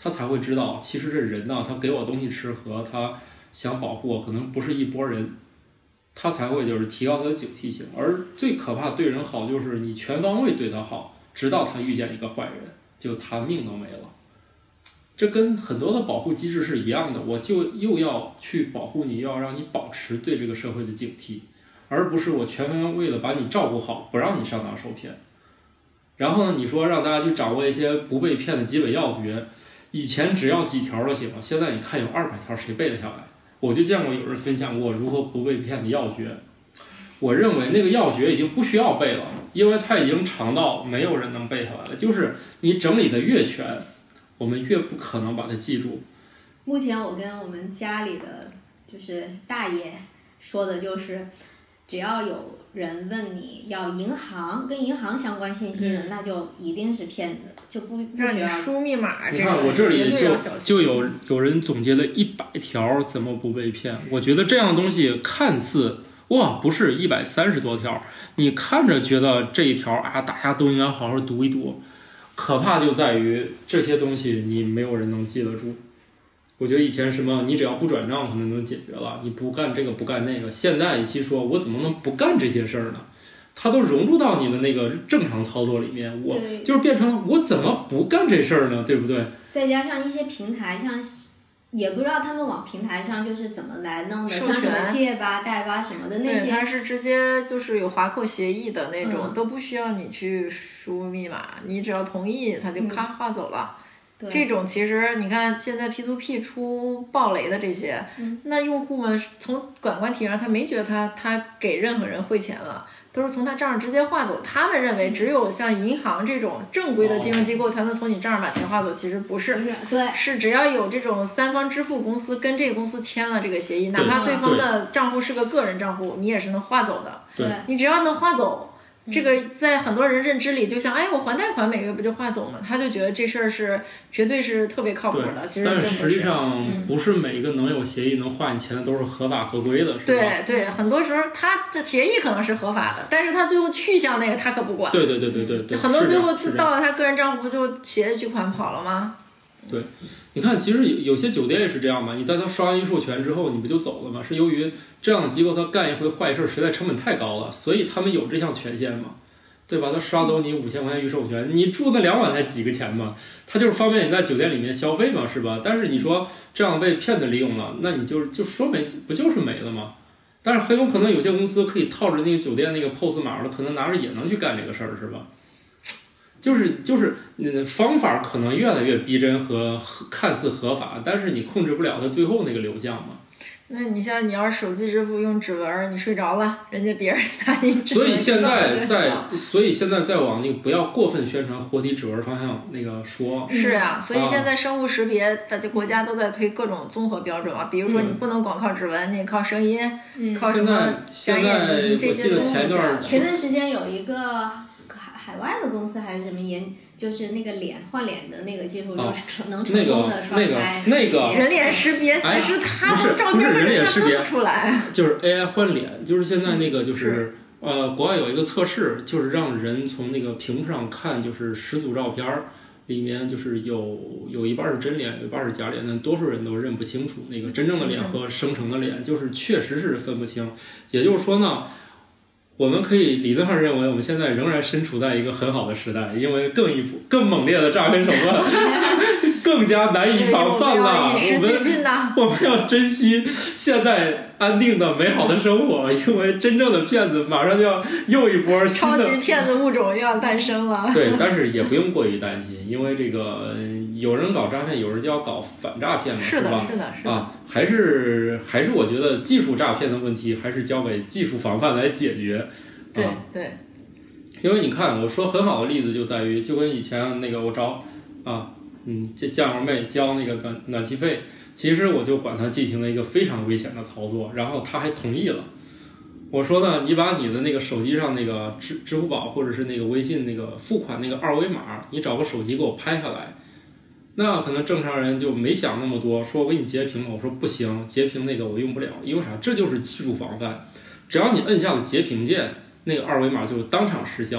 他才会知道，其实这人呢，他给我东西吃和他想保护我，可能不是一拨人，他才会就是提高他的警惕性。而最可怕对人好，就是你全方位对他好，直到他遇见一个坏人，就他命都没了。这跟很多的保护机制是一样的，我就又要去保护你，又要让你保持对这个社会的警惕，而不是我全方位的把你照顾好，不让你上当受骗。然后呢，你说让大家去掌握一些不被骗的基本要诀，以前只要几条就行了，现在你看有二百条，谁背得下来？我就见过有人分享过如何不被骗的要诀，我认为那个要诀已经不需要背了，因为它已经长到没有人能背下来了。就是你整理的越全，我们越不可能把它记住。 目前我跟我们家里的就是大爷说的就是，只要有人问你要银行跟银行相关信息的，嗯、那就一定是骗子，就不不需要输密码。 你看我这里就就有有人总结了一百条怎么不被骗。我觉得这样的东西看似哇不是一百三十多条，你看着觉得这一条啊大家都应该好好读一读。可怕就在于这些东西你没有人能记得住。我觉得以前什么你只要不转账可能能解决了，你不干这个不干那个，现在一期说我怎么能不干这些事儿呢？它都融入到你的那个正常操作里面，我就是变成我怎么不干这事儿呢？对不对？ 再加上一些平台，像也不知道他们往平台上就是怎么来弄的，像什么企业吧、代吧什么的那些， 它是直接就是有划扣协议的那种，嗯、都不需要你去输密码，你只要同意，它就咔划走了。嗯、这种其实你看现在 P to P 出暴雷的这些，嗯、那用户们从感官体验上他没觉得他他给任何人汇钱了。都是从他账上直接划走，他们认为只有像银行这种正规的金融机构才能从你账上把钱划走，其实不是， 不是对， 是只要有这种三方支付公司跟这个公司签了这个协议，哪怕对方的账户是个个人账户，你也是能划走的。 对， 你只要能划走。这个在很多人认知里，就像哎，我还贷款每个月不就划走吗？他就觉得这事儿是绝对是特别靠谱的。其实但是实际上不是每一个能有协议能划你钱的都是合法合规的，是吧？ 对对，很多时候他的协议可能是合法的，但是他最后去向那个他可不管。 对对对对对对。 很多最后到了他个人账户不就携着巨款跑了吗？ 对，你看，其实有些酒店也是这样嘛。你在他刷完预授权之后，你不就走了吗？是由于这样的机构他干一回坏事实在成本太高了，所以他们有这项权限嘛，对吧？他刷走你五千块钱预授权，你住那两晚才几个钱嘛，他就是方便你在酒店里面消费嘛，是吧？但是你说这样被骗子利用了，那你就就说没不就是没了吗？但是很有可能有些公司可以套着那个酒店那个 P O S 码的，可能拿着也能去干这个事儿，是吧？就是就是，嗯，方法可能越来越逼真和看似合法，但是你控制不了它最后那个流向嘛。 那你像你要是手机支付用指纹，你睡着了，人家别人拿你指纹。 所以现在在，所以现在在往那个不要过分宣传活体指纹方向那个说。 是啊，所以现在生物识别，大家国家都在推各种综合标准嘛，比如说你不能光靠指纹，你也靠声音， 嗯、 靠什么眨眼这些综合下。 前段时间有一个。海外的公司还是什么研，就是那个脸换脸的那个技术，就是成、哦、能成功的刷开那个、那个、 人脸识别，其实他们照片人脸识别不出来， 就是 A I 换脸，就是现在那个就是、嗯、呃，国外有一个测试，就是让人从那个屏幕上看，就是十组照片里面就是有有一半是真脸，有一半是假脸，但多数人都认不清楚那个真正的脸和生成的脸，就是确实是分不清。也就是说呢。我们可以理论上认为，我们现在仍然身处在一个很好的时代，因为更一步更猛烈的诈骗手段更加难以防范了。我们我们要珍惜现在安定的美好的生活，因为真正的骗子马上就要又一波新的超级骗子物种又要诞生了。 对，但是也不用过于担心，因为这个有人搞诈骗，有人就要搞反诈骗嘛， 是的， 吧？ 是的，是的。 啊，还是还是我觉得技术诈骗的问题，还是交给技术防范来解决。 对、 啊、 对， 因为你看，我说很好的例子就在于，就跟以前那个我找啊，嗯，这酱油妹交那个暖暖气费，其实我就管他进行了一个非常危险的操作，然后他还同意了。我说呢，你把你的那个手机上那个支支付宝或者是那个微信那个付款那个二维码，你找个手机给我拍下来。那可能正常人就没想那么多，说我给你截屏，我说不行，截屏那个我用不了，因为啥？这就是技术防范，只要你摁下了截屏键，那个二维码就当场失效，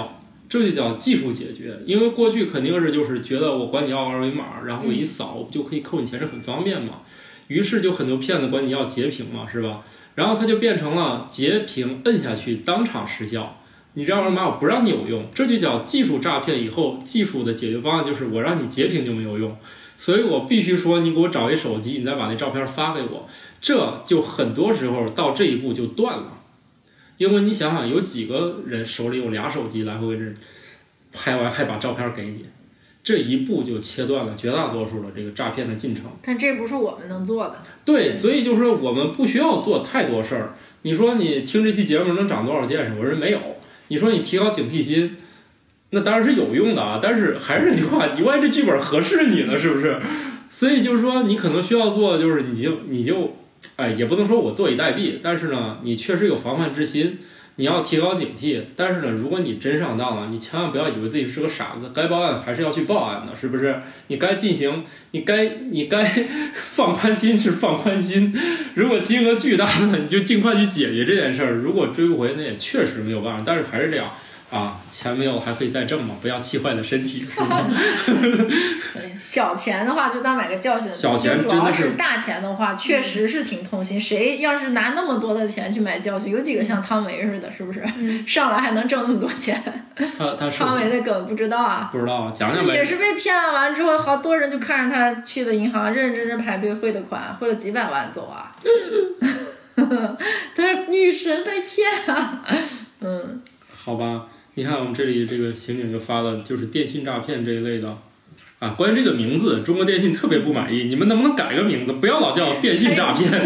这就叫技术解决。因为过去肯定是就是觉得我管你要二维码，然后我一扫我就可以扣你钱，是很方便嘛。于是就很多骗子管你要截屏嘛，是吧？然后它就变成了截屏摁下去当场失效，你这二维码我不让你有用，这就叫技术诈骗。以后技术的解决方案就是我让你截屏就没有用，所以我必须说你给我找一手机，你再把那照片发给我，这就很多时候到这一步就断了。因为你想想，有几个人手里有俩手机来回这拍完还把照片给你，这一步就切断了绝大多数的这个诈骗的进程。 但这不是我们能做的。 对，所以就是说我们不需要做太多事儿。你说你听这期节目能长多少见识？我说没有。你说你提高警惕心，那当然是有用的啊。但是还是那句话，你万一这剧本合适你呢，是不是？所以就是说，你可能需要做的就是你就你就，哎，也不能说我坐以待毙，但是呢，你确实有防范之心。你要提高警惕，但是呢，如果你真上当了，你千万不要以为自己是个傻子，该报案还是要去报案的，是不是？你该进行，你该你该放宽心是放宽心，如果金额巨大呢，你就尽快去解决这件事儿。如果追不回，那也确实没有办法，但是还是这样啊，钱没有还可以再挣嘛，不要气坏了身体，是吧？ 小钱的话就当买个教训， 小钱真的是， 主要是大钱的话确实是挺痛心。谁要是拿那么多的钱去买教训，有几个像汤唯似的，是不是？嗯、上来还能挣那么多钱？ 他他汤唯的梗不知道啊？ 不知道，讲讲呗。 也是被骗了，完之后好多人就看着他去的银行，认认真真排队汇的款，汇了几百万走啊。他是女神被骗啊，嗯， 好吧。你看我们这里这个刑警就发了，就是电信诈骗这一类的，啊，关于这个名字，中国电信特别不满意，你们能不能改个名字，不要老叫电信诈骗，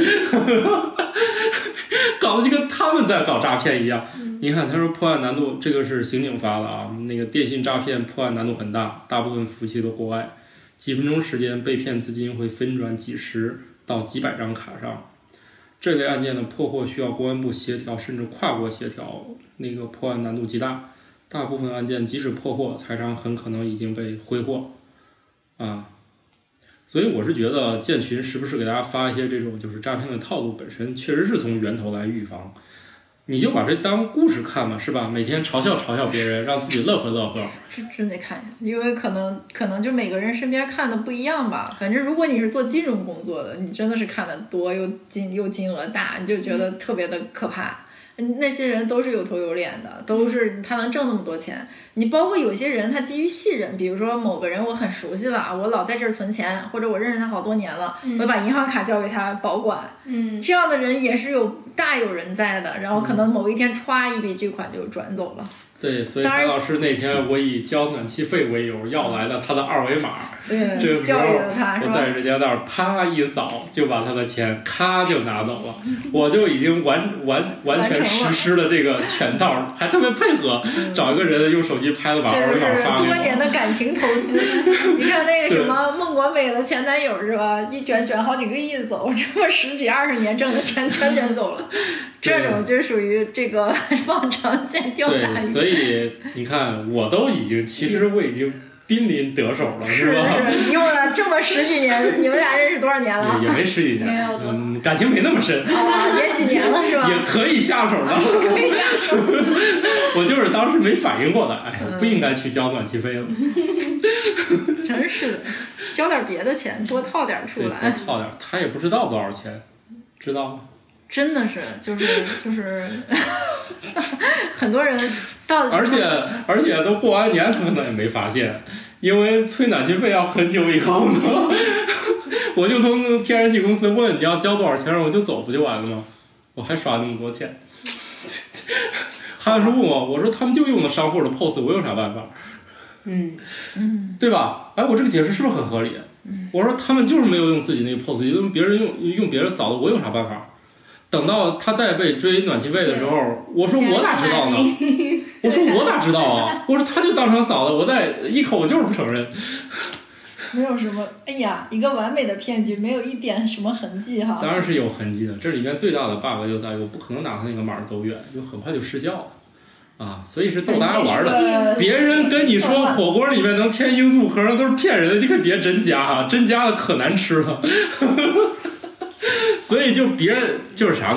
搞得就跟他们在搞诈骗一样。你看他说破案难度，这个是刑警发的啊，那个电信诈骗破案难度很大，大部分服务器都国外，几分钟时间被骗资金会分转几十到几百张卡上。这类案件的破获需要公安部协调，甚至跨国协调，那个破案难度极大。大部分案件即使破获，财产很可能已经被挥霍，啊，所以我是觉得建群时不时给大家发一些这种就是诈骗的套路，本身确实是从源头来预防，你就把这当故事看嘛，是吧？每天嘲笑嘲笑别人，让自己乐呵乐呵。 真真得看一下，因为可能可能就每个人身边看的不一样吧。反正如果你是做金融工作的，你真的是看的多又金又金额大，你就觉得特别的可怕。那些人都是有头有脸的，都是他能挣那么多钱。你包括有些人他基于信任，比如说某个人我很熟悉了，我老在这儿存钱，或者我认识他好多年了，嗯、我把银行卡交给他保管，嗯，这样的人也是有大有人在的。然后可能某一天歘一笔巨款就转走了。 对，所以韩老师那天我以交暖气费为由要来了他的二维码， 对， 这个时候我在人家那儿啪一扫就把他的钱咔就拿走了，我就已经完完完全实施了这个全套，还特别配合，嗯、找一个人用手机拍了把二维码发给我。 多年的感情投资，你看那个什么孟广美的前男友是吧？一卷卷好几个亿走，这么十几二十年挣的钱全卷走了。这种就是属于这个放长线钓大鱼。 对，所以你看，我都已经，其实我已经濒临得手了， 是吧？ 是是，用了这么十几年，你们俩认识多少年了？ 也没十几年，嗯，感情没那么深。 啊，也几年了是吧？ 也可以下手了， 可以下手。 我就是当时没反应过来，哎呀，不应该去交暖气费了。 真是的，交点别的钱，多套点出来。 多套点，他也不知道多少钱，知道吗？ 真的是，就是就是很多人到， 而且而且都过完年，他可能也没发现，因为催暖气费要很久以后呢。我就从天然气公司问你要交多少钱，我就走不就完了吗？我还刷那么多钱。他要是问我，我说他们就用的商户的 P O S， 我有啥办法？ 嗯嗯， 对吧？哎，我这个解释是不是很合理？嗯、我说他们就是没有用自己那个 P O S， 用别人用用别人扫的，我有啥办法？等到他再被追暖气费的时候，我说我咋知道呢？我说我咋知道啊？我说他就当场扫的，我再一口我就是不承认。 没有什么，哎呀，一个完美的骗局，没有一点什么痕迹哈。 当然是有痕迹的，这里面最大的 bug 就在于我不可能拿他那个码走远，就很快就失效了。啊，所以是逗大家玩的。别人跟你说火锅里面能添罂粟壳，那都是骗人的，你可别真加哈，真加的可难吃了。所以就别就是啥呢？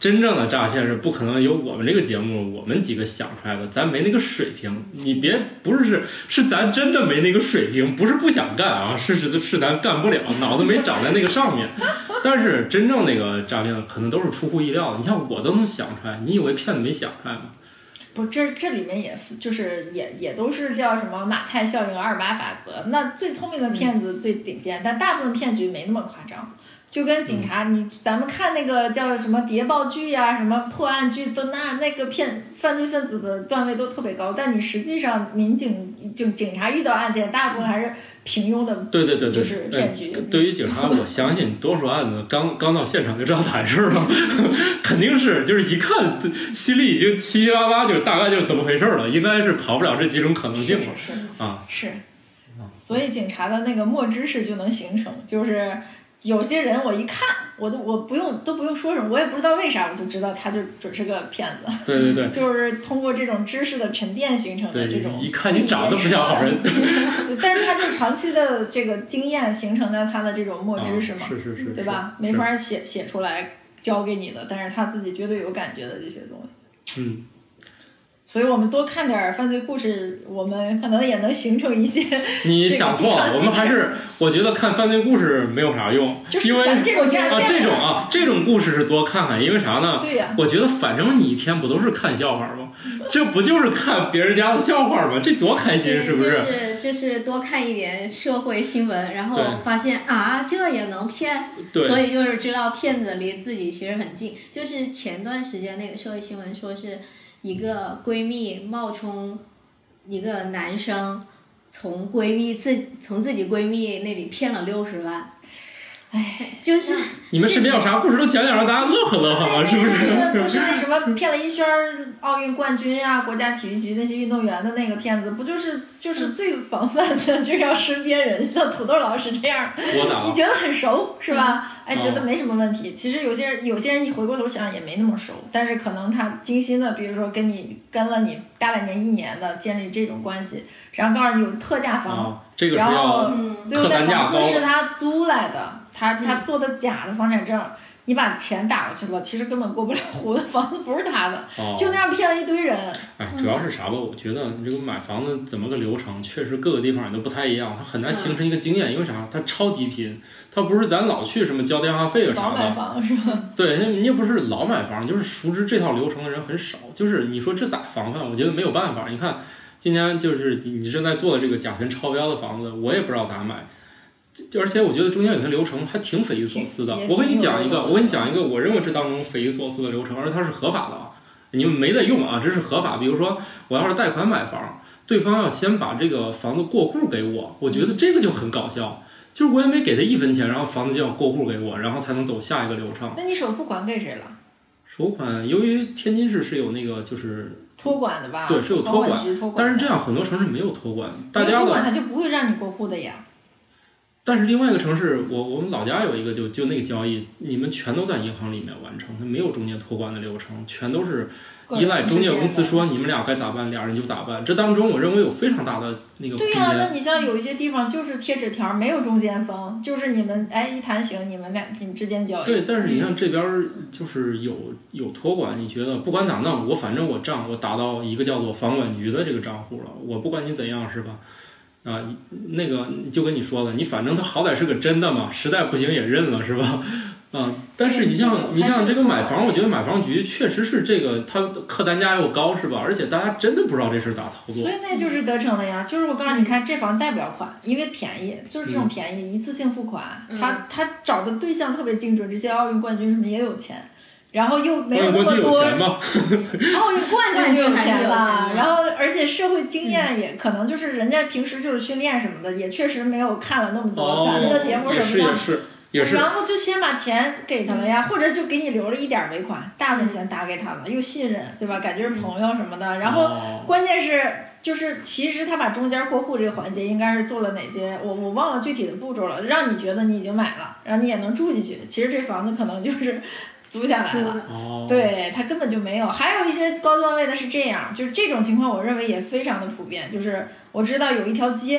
真正的诈骗是不可能由我们这个节目我们几个想出来的，咱没那个水平。你别不是是是咱真的没那个水平，不是不想干啊，是是是咱干不了，脑子没长在那个上面。但是真正那个诈骗可能都是出乎意料的，你像我都能想出来，你以为骗子没想出来吗？ 不，这这里面也就是也也都是叫什么马太效应、二八法则。那最聪明的骗子最顶尖，但大部分骗局没那么夸张。就跟警察，你咱们看那个叫什么谍报剧呀、啊，什么破案剧，都那那个骗犯罪分子的段位都特别高，但你实际上民警就警察遇到案件，大部分还是平庸的， 对对对对， 就是骗局。 呃、对于警察，我相信多数案子刚刚到现场就知道咋回事了，肯定是就是一看心里已经七七八八，就大概就是怎么回事了，应该是跑不了这几种可能性了。 是是是啊， 是，所以警察的那个默知识就能形成，就是。有些人我一看，我都我不用都不用说什么，我也不知道为啥，我就知道他就准是个骗子。 对对对， 就是通过这种知识的沉淀形成的这种。 一看你长得不像好人。 对，但是他就长期的这个经验形成的他的这种默知识嘛， 啊、是是是， 对吧？没法写写出来教给你的，但是他自己绝对有感觉的这些东西。 嗯。 所以我们多看点犯罪故事，我们可能也能形成一些。 你想错了，我们还是我觉得看犯罪故事没有啥用， 就是因为这种啊这种啊这种故事是多看看，因为啥呢？ 对呀、啊， 我觉得反正你一天不都是看笑话吗？这不就是看别人家的笑话吗？这多开心，是不是？ 就是就是多看一点社会新闻，然后发现啊这也能骗，所以就是知道骗子离自己其实很近。就是前段时间那个社会新闻说是。一个闺蜜冒充一个男生，从闺蜜自从自己闺蜜那里骗了六十万，哎，就是你们身边有啥故事都讲讲，让大家乐呵乐呵嘛，是不是？ 就是那什么骗了一圈奥运冠军呀、啊、国家体育局那些运动员的那个骗子，不就是就是最防范的，就是要识别人，像土豆老师这样，你觉得很熟是吧？嗯哎，觉得没什么问题。其实有些人，有些人你回过头想也没那么熟，但是可能他精心的，比如说跟你跟了你大半年、一年的建立这种关系，然后告诉你有特价房， 哦这个、 然后最后那房子是他租来的，他他做的假的房产证。嗯你把钱打过去了，其实根本过不了户，房子不是他的， 哦、 就那样骗了一堆人。 哎，主要是啥吧？我觉得你这个买房子怎么个流程，确实各个地方也都不太一样，它很难形成一个经验。嗯、因为啥？它超低频，它不是咱老去什么交电话费啊啥的。 老买房是吧？ 对，你也不是老买房，就是熟知这套流程的人很少。就是你说这咋防范？我觉得没有办法。你看，今年就是你正在做的这个甲醛超标的房子，我也不知道咋买。而且我觉得中间有些流程还挺匪夷所思的。我跟你讲一个，我跟你讲一个，我认为这当中匪夷所思的流程，而它是合法的啊，你们没得用啊，这是合法。比如说，我要是贷款买房，对方要先把这个房子过户给我，我觉得这个就很搞笑。就是我也没给他一分钱，然后房子就要过户给我，然后才能走下一个流程。 那你首付款给谁了？ 首款由于天津市是有那个就是托管的吧？ 对，是有托管，但是这样很多城市没有托管，大家的托管他就不会让你过户的呀。 但是另外一个城市，我我们老家有一个就就那个交易，你们全都在银行里面完成，它没有中间托管的流程，全都是依赖中介公司说你们俩该咋办，俩人就咋办。这当中我认为有非常大的那个空间。 对呀、啊，那你像有一些地方就是贴纸条，没有中间风，就是你们哎一谈行，你们俩你们之间交易。 对，但是你看这边就是有有托管，你觉得不管咋弄，我反正我账我打到一个叫做房管局的这个账户了，我不管你怎样是吧？啊，那个就跟你说了，你反正他好歹是个真的嘛，实在不行也认了是吧？啊，但是你像你像这个买房，我觉得买房局确实是这个，它客单价又高是吧？而且大家真的不知道这事咋操作。 所以那就是得逞了呀，就是我告诉你看，这房贷不了款，因为便宜，就是这种便宜、嗯、一次性付款， 嗯、 他他找的对象特别精准，这些奥运冠军什么也有钱。然后又没有那么多，奥运冠军就有钱了，然后而且社会经验也可能就是人家平时就是训练什么的，也确实没有看了那么多、 哦、 咱们的节目什么的， 也是也是， 然后就先把钱给他了呀，或者就给你留了一点尾款，大部分钱打给他了，又信任，对吧？感觉是朋友什么的，然后关键是就是其实他把中间过户这个环节应该是做了哪些，我我忘了具体的步骤了，让你觉得你已经买了，然后你也能住进去，其实这房子可能就是租下来了， 哦、 对他根本就没有。还有一些高段位的是这样，就是这种情况，我认为也非常的普遍。就是我知道有一条街，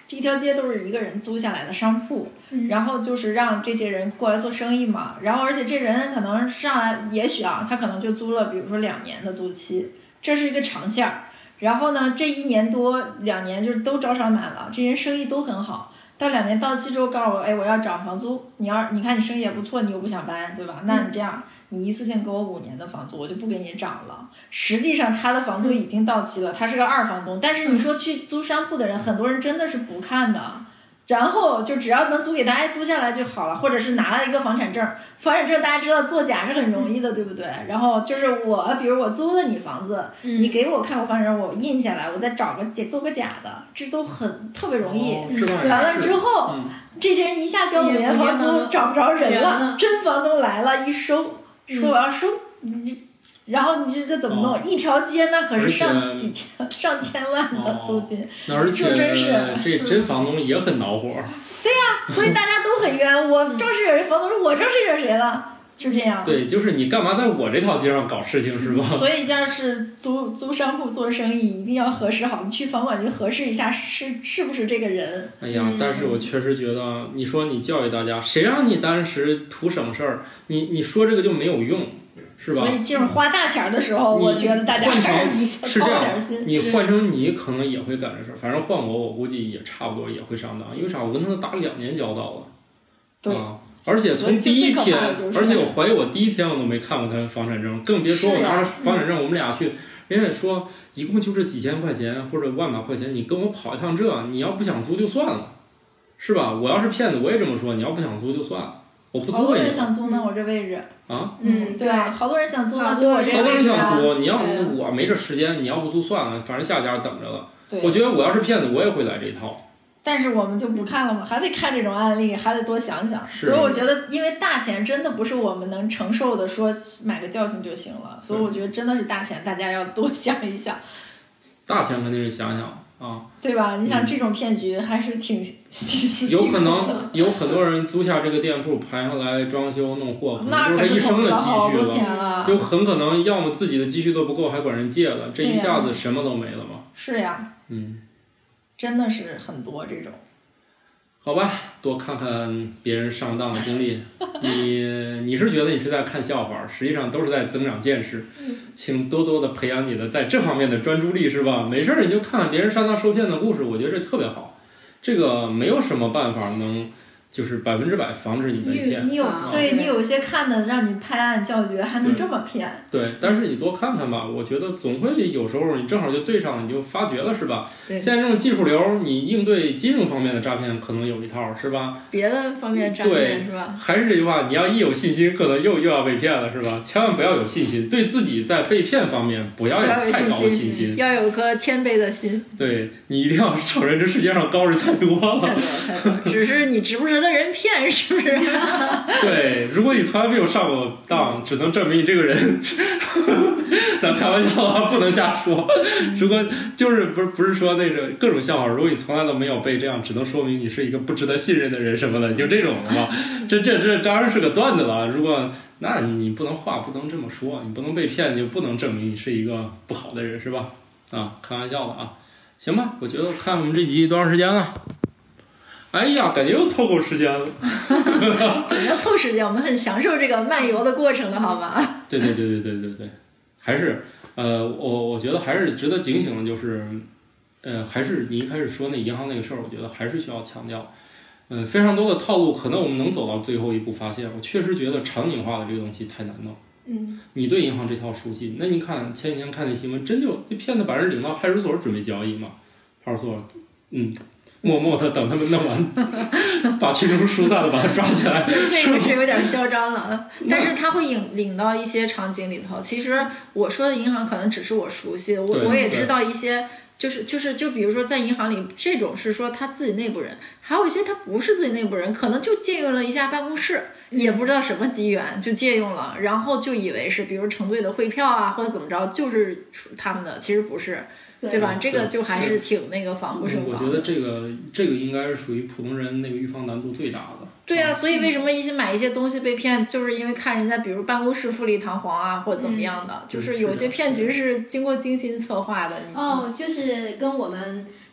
这一条街都是一个人租下来的商铺， 嗯、 然后就是让这些人过来做生意嘛。然后而且这人可能上来，也许啊，他可能就租了，比如说两年的租期，这是一个长线儿。然后呢，这一年多两年就是都招商满了，这人生意都很好。到两年到期之后，告诉我，哎，我要涨房租。你要你看你生意也不错，你又不想搬，对吧？那你这样，你一次性给我五年的房租，我就不给你涨了。实际上他的房租已经到期了，他是个二房东。但是你说去租商铺的人，很多人真的是不看的。然后就只要能租给他，哎，租下来就好了，或者是拿了一个房产证，房产证大家知道作假是很容易的，对不对？然后就是我，比如我租了你房子， 嗯、 你给我看过房产证，我印下来，我再找个假做个假的，这都很特别容易。 哦、 完了之后、嗯，这些人一下交五年房租，找不着人了，真房东来了，一收，说我要收，你、嗯。然后你这这怎么弄？哦、一条街那可是上几千、上千万的租金， 那、哦、而且真是这真房东也很恼火。 对呀、啊，所以大家都很冤。我肇事惹房东说，我肇事惹谁了？就这样。 对，就是你干嘛在我这条街上搞事情是吧？ 所以要是租租商铺做生意，一定要核实好，你去房管局核实一下是是不是这个人。 哎呀，但是我确实觉得，你说你教育大家，谁让你当时图省事儿？你你说这个就没有用。是吧？ 所以就是花大钱的时候，我觉得大家还是是这样。你换成你可能也会干这事儿，反正换我，我估计也差不多也会上当。因为啥？我跟他打两年交道了。 对。 啊，而且从第一天，而且我怀疑我第一天我都没看过他房产证，更别说我拿着房产证，我们俩去，人家说一共就这几千块钱或者万把块钱，你跟我跑一趟这，你要不想租就算了，是吧？我要是骗子，我也这么说，你要不想租就算了。我不租好多人想租呢，我这位置啊， 嗯，对，好多人想租呢， 租我这位置。 好多人想租，你要我没这时间，你要不租算了，反正下家等着了。我觉得我要是骗子，我也会来这一套。 但是我们就不看了嘛，还得看这种案例，还得多想想。所以我觉得，因为大钱真的不是我们能承受的，说买个教训就行了。所以我觉得真的是大钱，大家要多想一想。 大钱肯定是想想。啊， 对吧？你想这种骗局还是挺、 嗯、有可能有很多人租下这个店铺盘下来装修弄货，可能就是他一生的积蓄了，就很可能要么自己的积蓄都不够，还管人借了，这一下子什么都没了嘛。 是呀， 嗯， 真的是很多这种。 好吧，多看看别人上当的经历。你你是觉得你是在看笑话，实际上都是在增长见识。请多多的培养你的在这方面的专注力，是吧？没事儿你就看看别人上当受骗的故事，我觉得这特别好。这个没有什么办法能就是百分之百防止你被骗。 你有对你有些看的让你拍案叫绝，还能这么骗？ 对，但是你多看看吧，我觉得总会有时候你正好就对上了，你就发觉了，是吧？ 对。 现在这种技术流，你应对金融方面的诈骗可能有一套，是吧？ 别的方面的诈骗是吧？ 还是这句话，你要一有信心，可能又又要被骗了，是吧？千万不要有信心，对自己在被骗方面不要有太高的信心， 要有颗谦卑的心。 对，你一定要承认这世界上高人太多了， 太多太多，只是你值不值得人骗。是不是？ 对，如果你从来没有上过当，只能证明你这个人，咱开玩笑啊，不能瞎说。如果就是不是不是说那种各种笑话，如果你从来都没有被这样，只能说明你是一个不值得信任的人什么的，就这种的嘛。这这这当然是个段子了。如果那你不能话不能这么说，你不能被骗，就不能证明你是一个不好的人，是吧？啊，开玩笑的啊。行吧，我觉得看我们这集多长时间了？哎呀，感觉又凑够时间了。 怎么叫凑时间？我们很享受这个漫游的过程的，好吗？ 对对对对对对对，还是呃，我我觉得还是值得警醒的，就是呃，还是你一开始说那银行那个事儿，我觉得还是需要强调。嗯、呃，非常多的套路，可能我们能走到最后一步发现。我确实觉得场景化的这个东西太难弄。 嗯。 你对银行这套熟悉，那你看前几天看那新闻，真就那骗子把人领到派出所准备交易嘛？派出所，嗯。默默的等他们弄完，把群众疏散了，把他抓起来。 这个是有点嚣张了，但是他会引领到一些场景里头。其实我说的银行可能只是我熟悉，我我也知道一些，就是就是就比如说在银行里，这种是说他自己内部人，还有一些他不是自己内部人，可能就借用了一下办公室，也不知道什么机缘就借用了，然后就以为是比如承兑的汇票啊或者怎么着，就是他们的，其实不是。对吧？这个就还是挺那个防不胜防。 我觉得这个这个应该是属于普通人那个预防难度最大的。 对啊，所以为什么一些买一些东西被骗，就是因为看人家比如办公室富丽堂皇啊，或者怎么样的，嗯、就是有些骗局是经过精心策划的。 哦，就是跟我们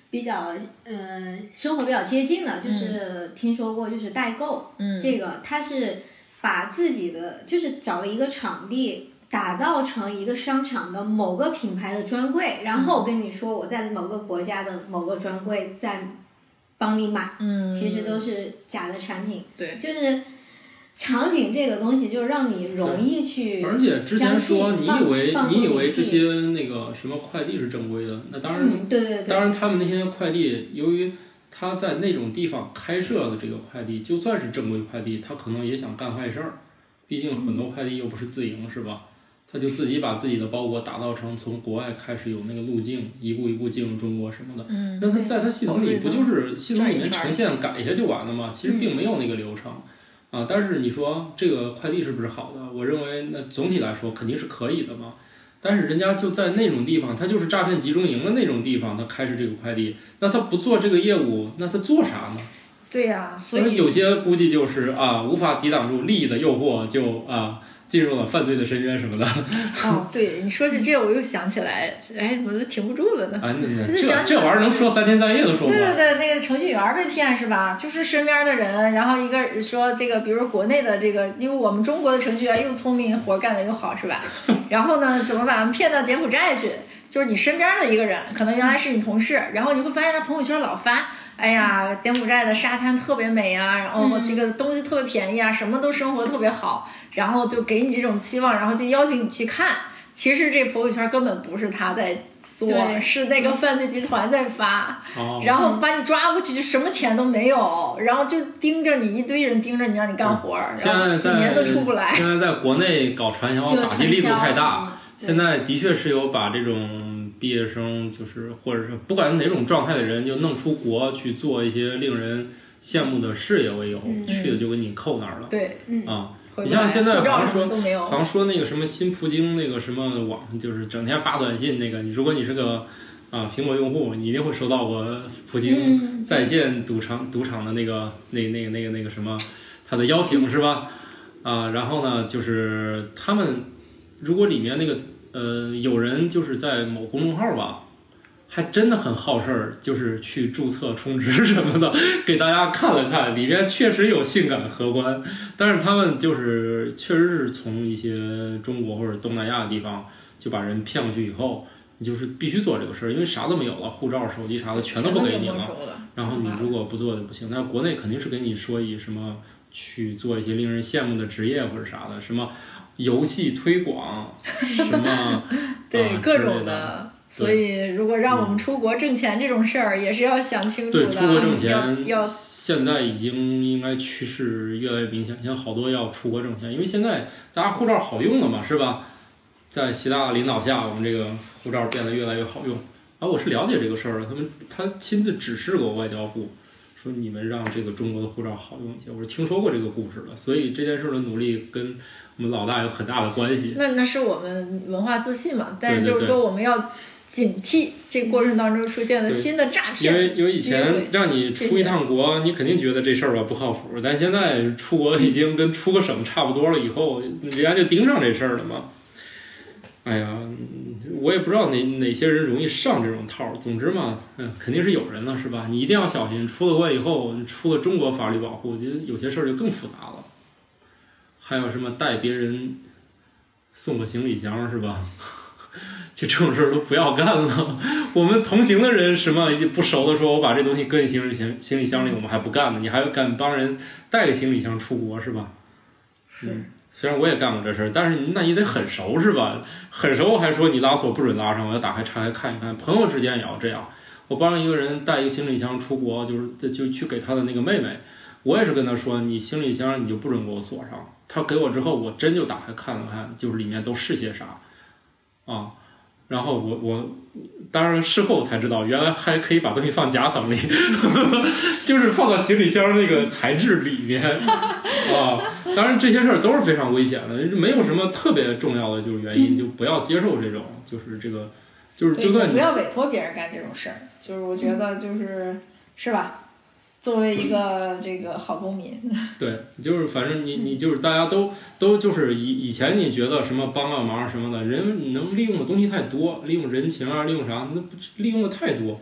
比较呃生活比较接近的，就是听说过就是代购， 嗯， 这个他是把自己的就是找了一个场地。打造成一个商场的某个品牌的专柜，然后我跟你说我在某个国家的某个专柜在帮你买， 嗯， 其实都是假的产品。 对， 就是场景这个东西，就让你容易去而且之前说你以为你以为这些些那个什么快递是正规的，那当然， 嗯、对对对， 当然他们那些快递，由于他在那种地方开设的这个快递，就算是正规快递，他可能也想干坏事儿，毕竟很多快递又不是自营，是吧？他就自己把自己的包裹打造成从国外开始有那个路径，一步一步进入中国什么的。 嗯， 那他在他系统里不就是系统里面呈现改一下就完了吗？其实并没有那个流程。啊，但是你说这个快递是不是好的？我认为那总体来说肯定是可以的嘛。但是人家就在那种地方，他就是诈骗集中营的那种地方，他开始这个快递，那他不做这个业务，那他做啥呢？ 对呀、啊，所以有些估计就是啊，无法抵挡住利益的诱惑，就啊。进入了犯罪的深渊什么的。 哦，对，你说起这，我又想起来，哎，我都停不住了呢。 啊，那那这这玩意儿能说三天三夜都说不完。 对对对，那个程序员被骗是吧？就是身边的人，然后一个说这个，比如说国内的这个，因为我们中国的程序员又聪明，活干的又好，是吧？然后呢，怎么把他们骗到柬埔寨去？就是你身边的一个人，可能原来是你同事，然后你会发现他朋友圈老发。哎呀，柬埔寨的沙滩特别美啊，然后这个东西特别便宜啊，什么都生活特别好，然后就给你这种期望，然后就邀请你去看。其实这朋友圈根本不是他在做，是那个犯罪集团在发， 哦、 然后把你抓过去，就什么钱都没有，然后就盯着你，一堆人盯着你，让你干活，然后几年都出不来。 现在在国内搞传销打击力度太大，现在的确是有把这种。毕业生就是或者是不管哪种状态的人，就弄出国去做一些令人羡慕的事业为由，嗯、去的就给你扣那儿了。 对， 嗯啊，你像现在好像说， 好像说那个什么新葡京那个什么网，就是整天发短信那个，如果你是个啊苹果用户，你一定会收到过葡京在线赌场赌场的那个那那个那个那个什么他的邀请是吧？啊，然后呢，就是他们如果里面那个。呃，有人就是在某公众号吧，还真的很好事儿，就是去注册充值什么的，给大家看了看，里面确实有性感荷官，但是他们就是确实是从一些中国或者东南亚的地方就把人骗过去以后，你就是必须做这个事儿，因为啥都没有了，护照、手机啥的全都不给你了，然后你如果不做就不行。那国内肯定是给你说以什么去做一些令人羡慕的职业或者啥的，什么。游戏推广什么对、 啊、 各种的，所以如果让我们出国挣钱这种事儿，也是要想清楚的。 对，出国挣钱要现在已经应该趋势越来越明显，现在好多要出国挣钱，因为现在大家护照好用了嘛，是吧？在习大大领导下，我们这个护照变得越来越好用。啊，我是了解这个事儿了，他们他亲自指示过外交部。说你们让这个中国的护照好用一些，我是听说过这个故事了，所以这件事的努力跟我们老大有很大的关系。 那那是我们文化自信嘛，但是就是说我们要警惕这个过程当中出现的新的诈骗。 因为因为以前让你出一趟国，你肯定觉得这事儿吧不靠谱，但现在出国已经跟出个省差不多了，以后人家就盯上这事儿了嘛。哎呀，我也不知道哪哪些人容易上这种套。总之嘛，嗯，肯定是有人了，是吧？你一定要小心。出了国以后，出了中国法律保护，就有些事儿就更复杂了。还有什么带别人送个行李箱，是吧？就这种事儿都不要干了。我们同行的人什么不熟的说，我把这东西搁进行李箱行李箱里，我们还不干呢。你还敢帮人带个行李箱出国，是吧？ 是。 嗯，虽然我也干过这事儿，但是那也得很熟是吧？很熟还说你拉锁不准拉上，我要打开拆开看一看。朋友之间也要这样。我帮一个人带一个行李箱出国，就是就去给他的那个妹妹，我也是跟他说，你行李箱你就不准给我锁上。他给我之后，我真就打开看了看，就是里面都是些啥啊。然后我我当然事后才知道，原来还可以把东西放夹层里，就是放到行李箱那个材质里面啊。当然这些事儿都是非常危险的，没有什么特别重要的就是原因，就不要接受这种，就是这个，就是就算你不要委托别人干这种事儿，就是我觉得就是是吧？作为一个这个好公民， 对，就是反正你你就是大家都都就是以以前你觉得什么帮个忙什么的，人能利用的东西太多，利用人情啊，利用啥，那利用的太多，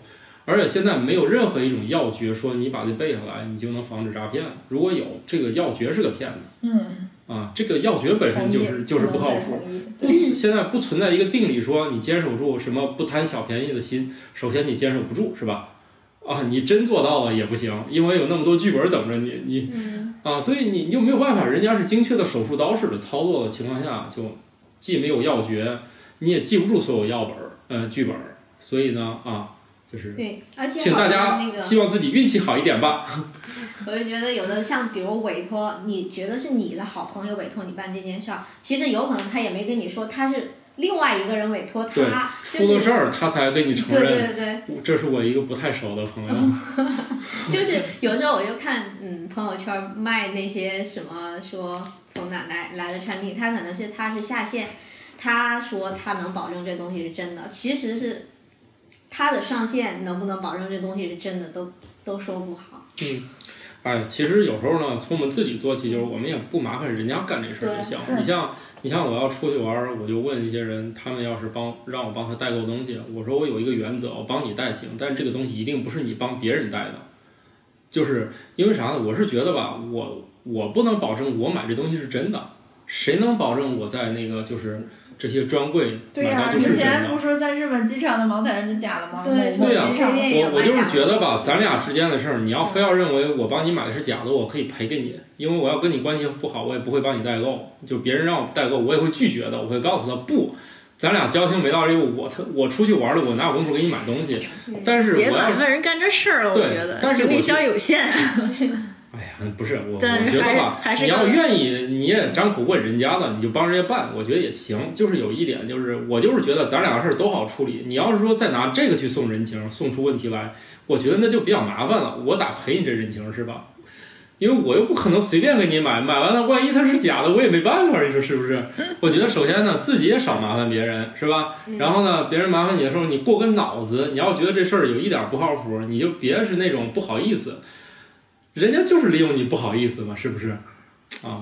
而且现在没有任何一种药诀说你把这背下来你就能防止诈骗，如果有，这个药诀是个骗子。 嗯啊，这个药诀本身就是就是不靠谱。不，现在不存在一个定理说你坚守住什么不贪小便宜的心，首先你坚守不住是吧？啊，你真做到了也不行，因为有那么多剧本等着你，你、嗯、啊，所以你你就没有办法，人家是精确的手术刀式的操作的情况下，就既没有药诀，你也记不住所有药本呃剧本，所以呢啊。就是对，而且请大家希望自己运气好一点吧。 我就觉得有的像比如委托，你觉得是你的好朋友委托你办这件事儿，其实有可能他也没跟你说，他是另外一个人委托他， 出了事儿他才跟你承认。 对对对， 这是我一个不太熟的朋友。 就是有时候我就看嗯朋友圈卖那些什么说从哪来来的产品，他可能是他是下线，他说他能保证这东西是真的，其实是。他的上线能不能保证这东西是真的，都都说不好。 嗯，哎，其实有时候呢，从我们自己做起，就是我们也不麻烦人家干这事儿就行。你像你像我要出去玩，我就问一些人，他们要是帮让我帮他代购东西，我说我有一个原则，我帮你代行，但是这个东西一定不是你帮别人代的，就是因为啥呢？我是觉得吧，我我不能保证我买这东西是真的，谁能保证我在那个就是这些专柜对呀、啊，之前不是在日本机场的茅台是假的吗？ 对对呀、啊，我我就是觉得吧，咱俩之间的事儿，你要非要认为我帮你买的是假的，我可以赔给你，因为我要跟你关系不好，我也不会帮你代购。就别人让我代购，我也会拒绝的，我会告诉他不，咱俩交情没到这步，我他我出去玩了，我哪有功夫给你买东西？但是我要别麻烦人干这事儿了，我觉得行李箱有限。 哎呀，不是我，我觉得吧，你要愿意，你也张口问人家的，你就帮人家办，我觉得也行。就是有一点，就是我就是觉得咱俩的事儿都好处理。你要是说再拿这个去送人情，送出问题来，我觉得那就比较麻烦了。我咋赔你这人情是吧？因为我又不可能随便给你买，买完了万一它是假的，我也没办法，你说是不是？我觉得首先呢，自己也少麻烦别人，是吧？然后呢，别人麻烦你的时候，你过个脑子，你要觉得这事儿有一点不靠谱，你就别是那种不好意思。人家就是利用你不好意思嘛，是不是？啊，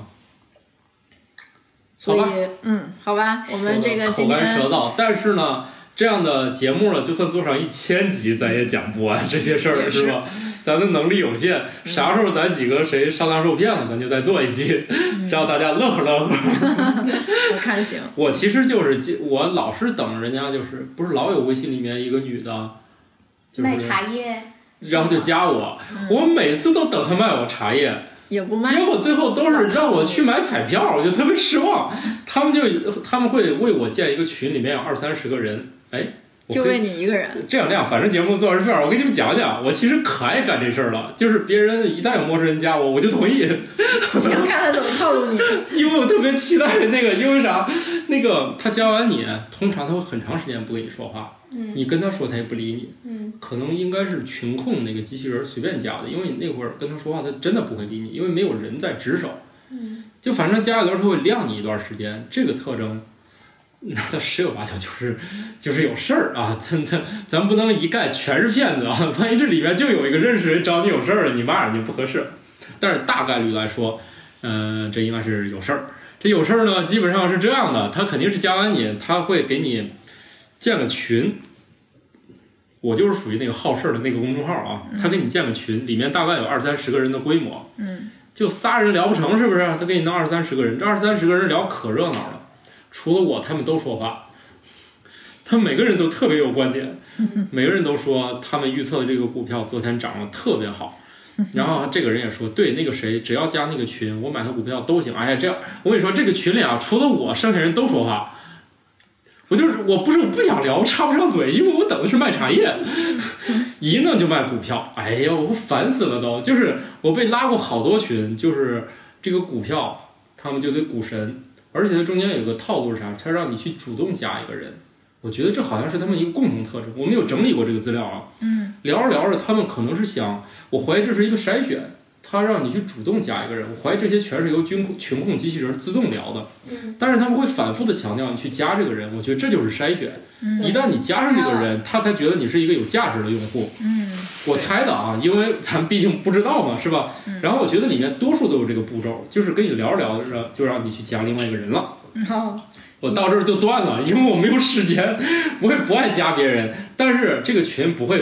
所以嗯，好吧，我们这个口干舌燥，但是呢，这样的节目呢，就算做上一千集，咱也讲不完这些事儿，是吧？咱的能力有限，啥时候咱几个谁上当受骗了，咱就再做一集，让大家乐呵乐呵。 我看行。 我其实就是我老是等人家，就是不是老有微信里面一个女的，就是、 卖茶叶。 然后就加我，嗯、我每次都等他卖我茶叶， 也不卖， 结果最后都是让我去买彩票，我就特别失望。他们就他们会为我建一个群，里面有二三十个人，哎， 就为你一个人。 这样这样，反正节目做成这样，我跟你们讲讲，我其实可爱干这事儿了，就是别人一旦有陌生人加我，我就同意。 想看他怎么套路你， 因为我特别期待那个，因为啥？那个他加完你，通常他会很长时间不跟你说话。 嗯、 你跟他说他也不理你， 嗯， 可能应该是群控那个机器人随便加的，因为你那会儿跟他说话，他真的不会理你，因为没有人在值守， 嗯， 就反正加一轮他会晾你一段时间，这个特征，那他十有八九就是就是有事儿啊，咱咱咱不能一概全是骗子啊，万一这里面就有一个认识人找你有事儿了，你骂人家不合适，但是大概率来说，嗯、呃，这应该是有事儿，这有事儿呢，基本上是这样的，他肯定是加完你，他会给你建个群，我就是属于那个好事的那个公众号啊，他给你建个群，里面大概有二三十个人的规模， 嗯， 就仨人聊不成是不是？他给你弄二三十个人，这二三十个人聊可热闹了，除了我，他们都说话，他们每个人都特别有观点，每个人都说他们预测的这个股票昨天涨得特别好。然后这个人也说，对那个谁，只要加那个群，我买他股票都行。哎呀，这样我跟你说，这个群里啊，除了我，剩下人都说话。我就是我不是我不想聊，插不上嘴，因为我等的是卖茶叶，一弄就卖股票。哎呀，我烦死了都。就是我被拉过好多群，就是这个股票，他们就得股神，而且它中间有个套路是啥？它让你去主动加一个人。我觉得这好像是他们一个共同特征。我没有整理过这个资料啊。 嗯。 聊着聊着，他们可能是想，我怀疑这是一个筛选。他让你去主动加一个人，我怀疑这些全是由群控群控机器人自动聊的， 嗯， 但是他们会反复的强调你去加这个人，我觉得这就是筛选。 嗯， 一旦你加上这个人，他才觉得你是一个有价值的用户。 嗯， 我猜的啊，因为咱毕竟不知道嘛，是吧？ 嗯， 然后我觉得里面多数都有这个步骤，就是跟你聊着聊着就让你去加另外一个人了。 好， 我到这儿就断了，因为我没有时间，我也不爱加别人，但是这个群不会废的。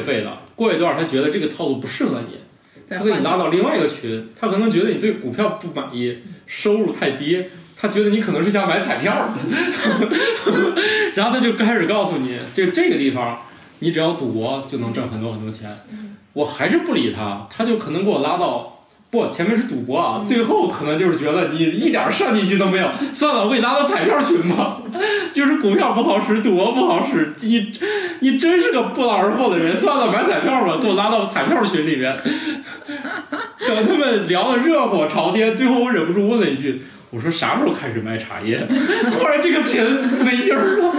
过一段他觉得这个套路不适合你，他给你拉到另外一个群，他可能觉得你对股票不满意，收入太低，他觉得你可能是想买彩票，然后他就开始告诉你，这这个地方你只要赌博就能挣很多很多钱。我还是不理他，他就可能给我拉到，不，前面是赌博啊，最后可能就是觉得你一点上进心都没有，算了，我给你拉到彩票群吧，就是股票不好使，赌博不好使，你你真是个不劳而获的人，算了，买彩票吧，给我拉到彩票群里面。等他们聊得热火朝天，最后我忍不住问了一句，我说啥时候开始卖茶叶？突然这个群没音儿了。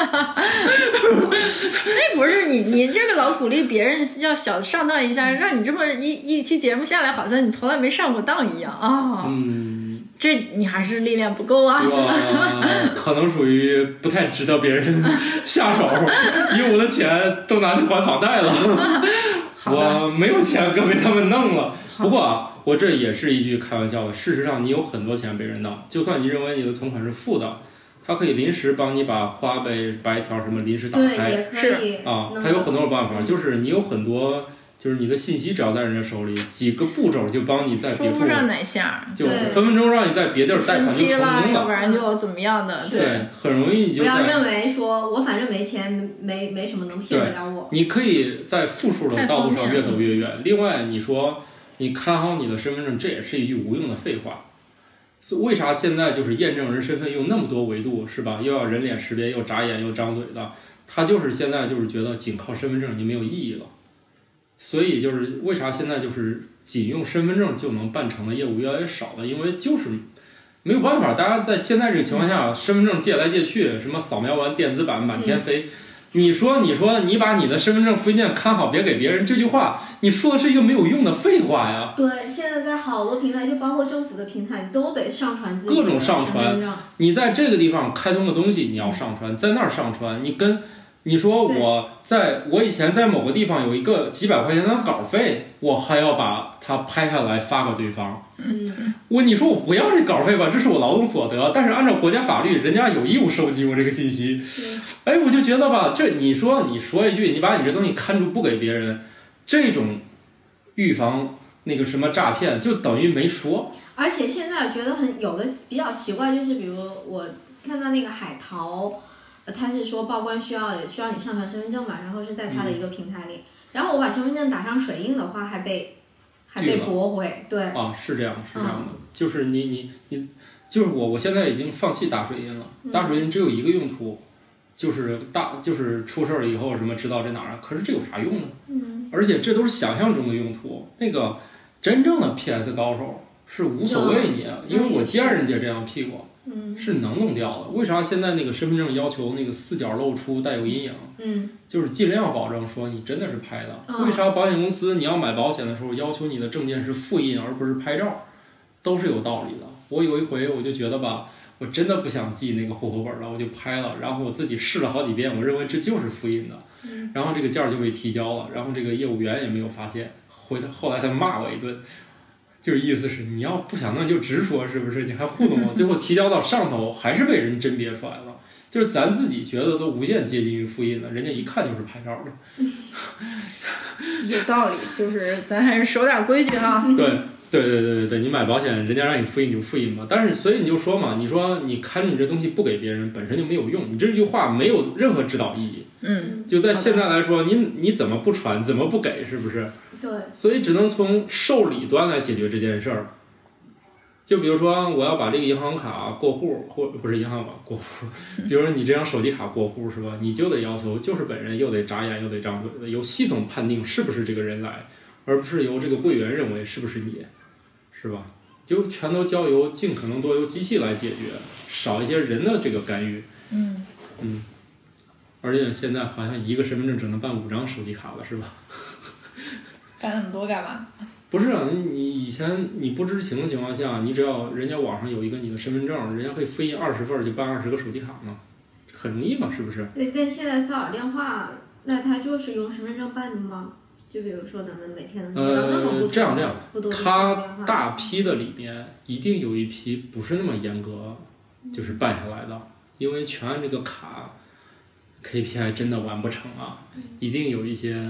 哎，不是你，你这个老鼓励别人要小上当一下，让你这么一一期节目下来，好像你从来没上过当一样啊。哦、 嗯， 这你还是历练不够啊。 我可能属于不太值得别人下手，因为我的钱都拿去还房贷了，我没有钱可被他们弄了。不过啊，我这也是一句开玩笑的。事实上，你有很多钱被人弄，就算你认为你的存款是负的。他可以临时帮你把花呗、白条什么临时打开， 也可以啊，他有很多种办法，嗯、就是你有很多，就是你的信息只要在人家手里，几个步骤就帮你在别处， 说不上哪下， 就分分钟让你在别地儿贷款就成功了， 要不然就怎么样的， 对，对很容易你就不要认为说我反正没钱，没没什么能骗得了我。 你可以在负数的道路上越走越远。另外，你说你看好你的身份证，这也是一句无用的废话。为啥现在就是验证人身份用那么多维度，是吧？又要人脸识别，又眨眼又张嘴的，他就是现在就是觉得仅靠身份证已经没有意义了。所以就是为啥现在就是仅用身份证就能办成的业务越来越少了，因为就是没有办法，大家在现在这个情况下，身份证借来借去，什么扫描完电子版满天飞。嗯你说，你说，你把你的身份证复印件看好，别给别人，这句话，你说的是一个没有用的废话呀。 对，现在在好多平台，就包括政府的平台，你都得上传自己各种上传。你在这个地方开通的东西，你要上传，在那儿上传。你跟你说我在我以前在某个地方有一个几百块钱的稿费，我还要把它拍下来发给对方。 嗯， 我你说我不要这稿费吧，这是我劳动所得，但是按照国家法律，人家有义务收集我这个信息。哎，我就觉得吧，这你说你说一句，你把你这东西看住不给别人，这种预防那个什么诈骗，就等于没说。 而且现在觉得很有的比较奇怪，就是比如我看到那个海淘，呃，他是说报关需要需要你上传身份证嘛，然后是在他的一个平台里，嗯、然后我把身份证打上水印的话，还被还被驳回。对啊，是这样，是这样的，嗯、就是你你你，就是我我现在已经放弃打水印了，打水印只有一个用途。就是大就是出事儿以后什么知道这哪儿，可是这有啥用呢？ 嗯， 而且这都是想象中的用途。那个真正的 P S 高手是无所谓你，因为我见人家这样屁股， 嗯， 是能弄掉的。为啥现在那个身份证要求那个四角露出带有阴影？ 嗯， 就是尽量保证说你真的是拍的。 嗯、 为啥保险公司你要买保险的时候要求你的证件是复印而不是拍照，都是有道理的。我有一回我就觉得吧。我真的不想记那个户口本了，我就拍了，然后我自己试了好几遍，我认为这就是复印的， 嗯、 然后这个件儿就被提交了，然后这个业务员也没有发现，回头后来他骂我一顿，就是意思是你要不想弄就直说，是不是？你还糊弄我，最后提交到上头还是被人甄别出来了，就是咱自己觉得都无限接近于复印了，人家一看就是拍照的。 有道理，就是咱还是守点规矩哈。 对。对对对对对，你买保险，人家让你复印就复印嘛。但是所以你就说嘛，你说你看你这东西不给别人，本身就没有用，你这句话没有任何指导意义。 嗯， 就在现在来说，你你怎么不传，怎么不给，是不是？ 对。 所以只能从受理端来解决这件事儿。就比如说，我要把这个银行卡过户，或不是银行卡过户，比如说你这张手机卡过户是吧？你就得要求就是本人又得眨眼又得张嘴的，由系统判定是不是这个人来，而不是由这个柜员认为是不是你。是吧？就全都交由尽可能多由机器来解决，少一些人的这个干预。 嗯嗯。而且现在好像一个身份证只能办五张手机卡了，是吧？ 办那么多干嘛？ 不是啊，你以前你不知情的情况下，你只要人家网上有一个你的身份证，人家可以复印二十份就办二十个手机卡嘛，很容易嘛，是不是？ 对，但现在骚扰电话，那他就是用身份证办的吗？就比如说咱们每天能接到那么不多、 呃、这样这样， 不多的它大批的里面一定有一批不是那么严格，就是办下来的，因为全这个卡 K P I 真的完不成啊，一定有一些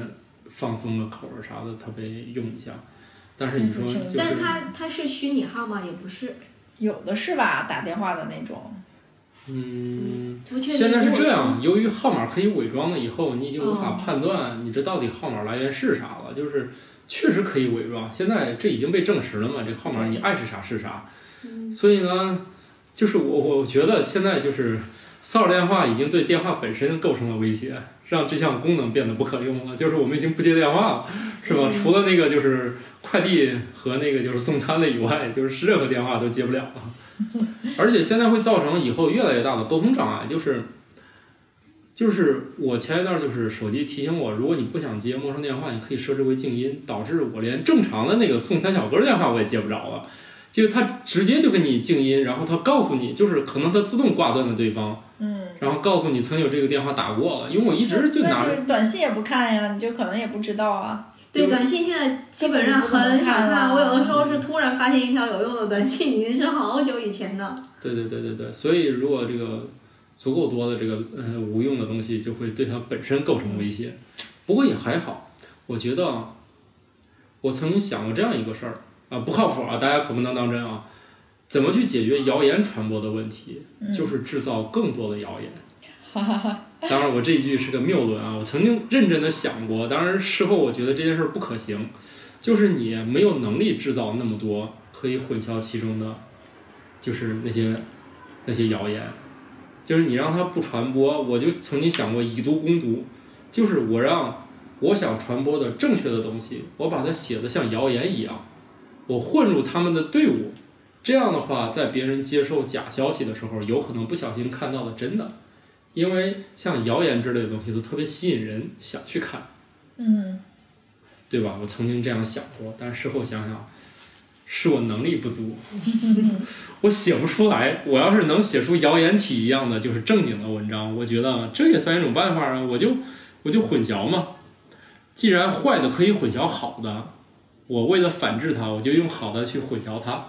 放松个口儿啥的，特别用一下。但是你说、就是， 但它它是虚拟号吗？也不是， 有的是吧？打电话的那种。 嗯，现在是这样，由于号码可以伪装了以后，你已经无法判断你这到底号码来源是啥了。就是确实可以伪装，现在这已经被证实了嘛，这号码你爱是啥是啥。 嗯、 所以呢，就是我我觉得现在就是骚扰电话已经对电话本身构成了威胁，让这项功能变得不可用了。就是我们已经不接电话了，是吧？嗯、除了那个就是快递和那个就是送餐的以外，就是任何电话都接不了了。而且现在会造成以后越来越大的沟通障碍，就是就是我前一段就是手机提醒我，如果你不想接陌生电话，你可以设置为静音，导致我连正常的那个送餐小哥电话我也接不着了。就他直接就给你静音，然后他告诉你，就是可能他自动挂断了对方， 嗯， 然后告诉你曾有这个电话打过了，因为我一直就拿着短信也不看呀，你就可能也不知道啊。 对，短信现在基本上很少看，我有的时候是突然发现一条有用的短信，已经是好久以前的。 对对对对对，所以如果这个足够多的这个呃无用的东西，就会对它本身构成威胁。不过也还好，我觉得我曾经想过这样一个事儿啊，不靠谱啊，大家可不能当真啊。怎么去解决谣言传播的问题？就是制造更多的谣言。当然，我这一句是个谬论啊！我曾经认真的想过，当然事后我觉得这件事不可行，就是你没有能力制造那么多可以混淆其中的，就是那些那些谣言，就是你让它不传播。我就曾经想过以毒攻毒，就是我让我想传播的正确的东西，我把它写得像谣言一样，我混入他们的队伍，这样的话，在别人接受假消息的时候，有可能不小心看到了真的。因为像谣言之类的东西都特别吸引人，想去看， 嗯， 对吧？我曾经这样想过，但是事后想想，是我能力不足，我写不出来。我要是能写出谣言体一样的就是正经的文章，我觉得这也算一种办法啊。我就我就混淆嘛，既然坏的可以混淆好的，我为了反制它，我就用好的去混淆它。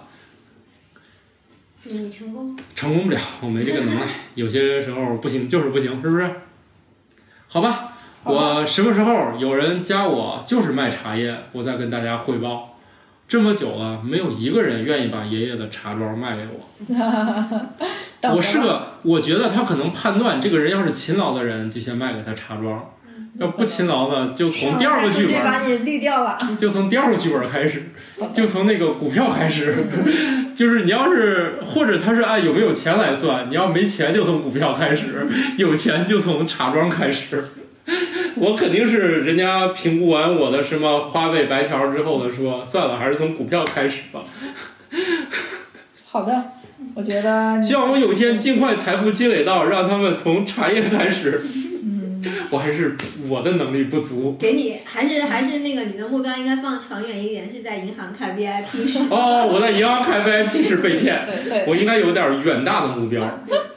你成功？ 成功不了，我没这个能耐。有些时候不行，就是不行，是不是？好吧，我什么时候有人加我就是卖茶叶，我再跟大家汇报。这么久了，没有一个人愿意把爷爷的茶庄卖给我。我是个，我觉得他可能判断这个人要是勤劳的人，就先卖给他茶庄。要不勤劳呢，就从第二个剧本， 把你滤掉了， 就从第二个剧本开始，就从那个股票开始，就是你要是或者他是按有没有钱来算，你要没钱就从股票开始，有钱就从茶庄开始。我肯定是人家评估完我的什么花呗白条之后的说，算了，还是从股票开始吧。 好的，我觉得希望我有一天尽快财富积累到让他们从茶叶开始。我还是我的能力不足， 给你还是还是那个你的目标应该放长远一点，是在银行开 V I P 室。 哦，我在银行开 V I P 室被骗， 对对， 我应该有点远大的目标。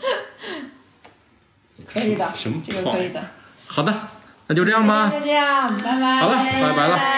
可以的， 什么？ 这个可以的。 好的，那就这样吧。 就这样，拜拜。 好了，拜拜了。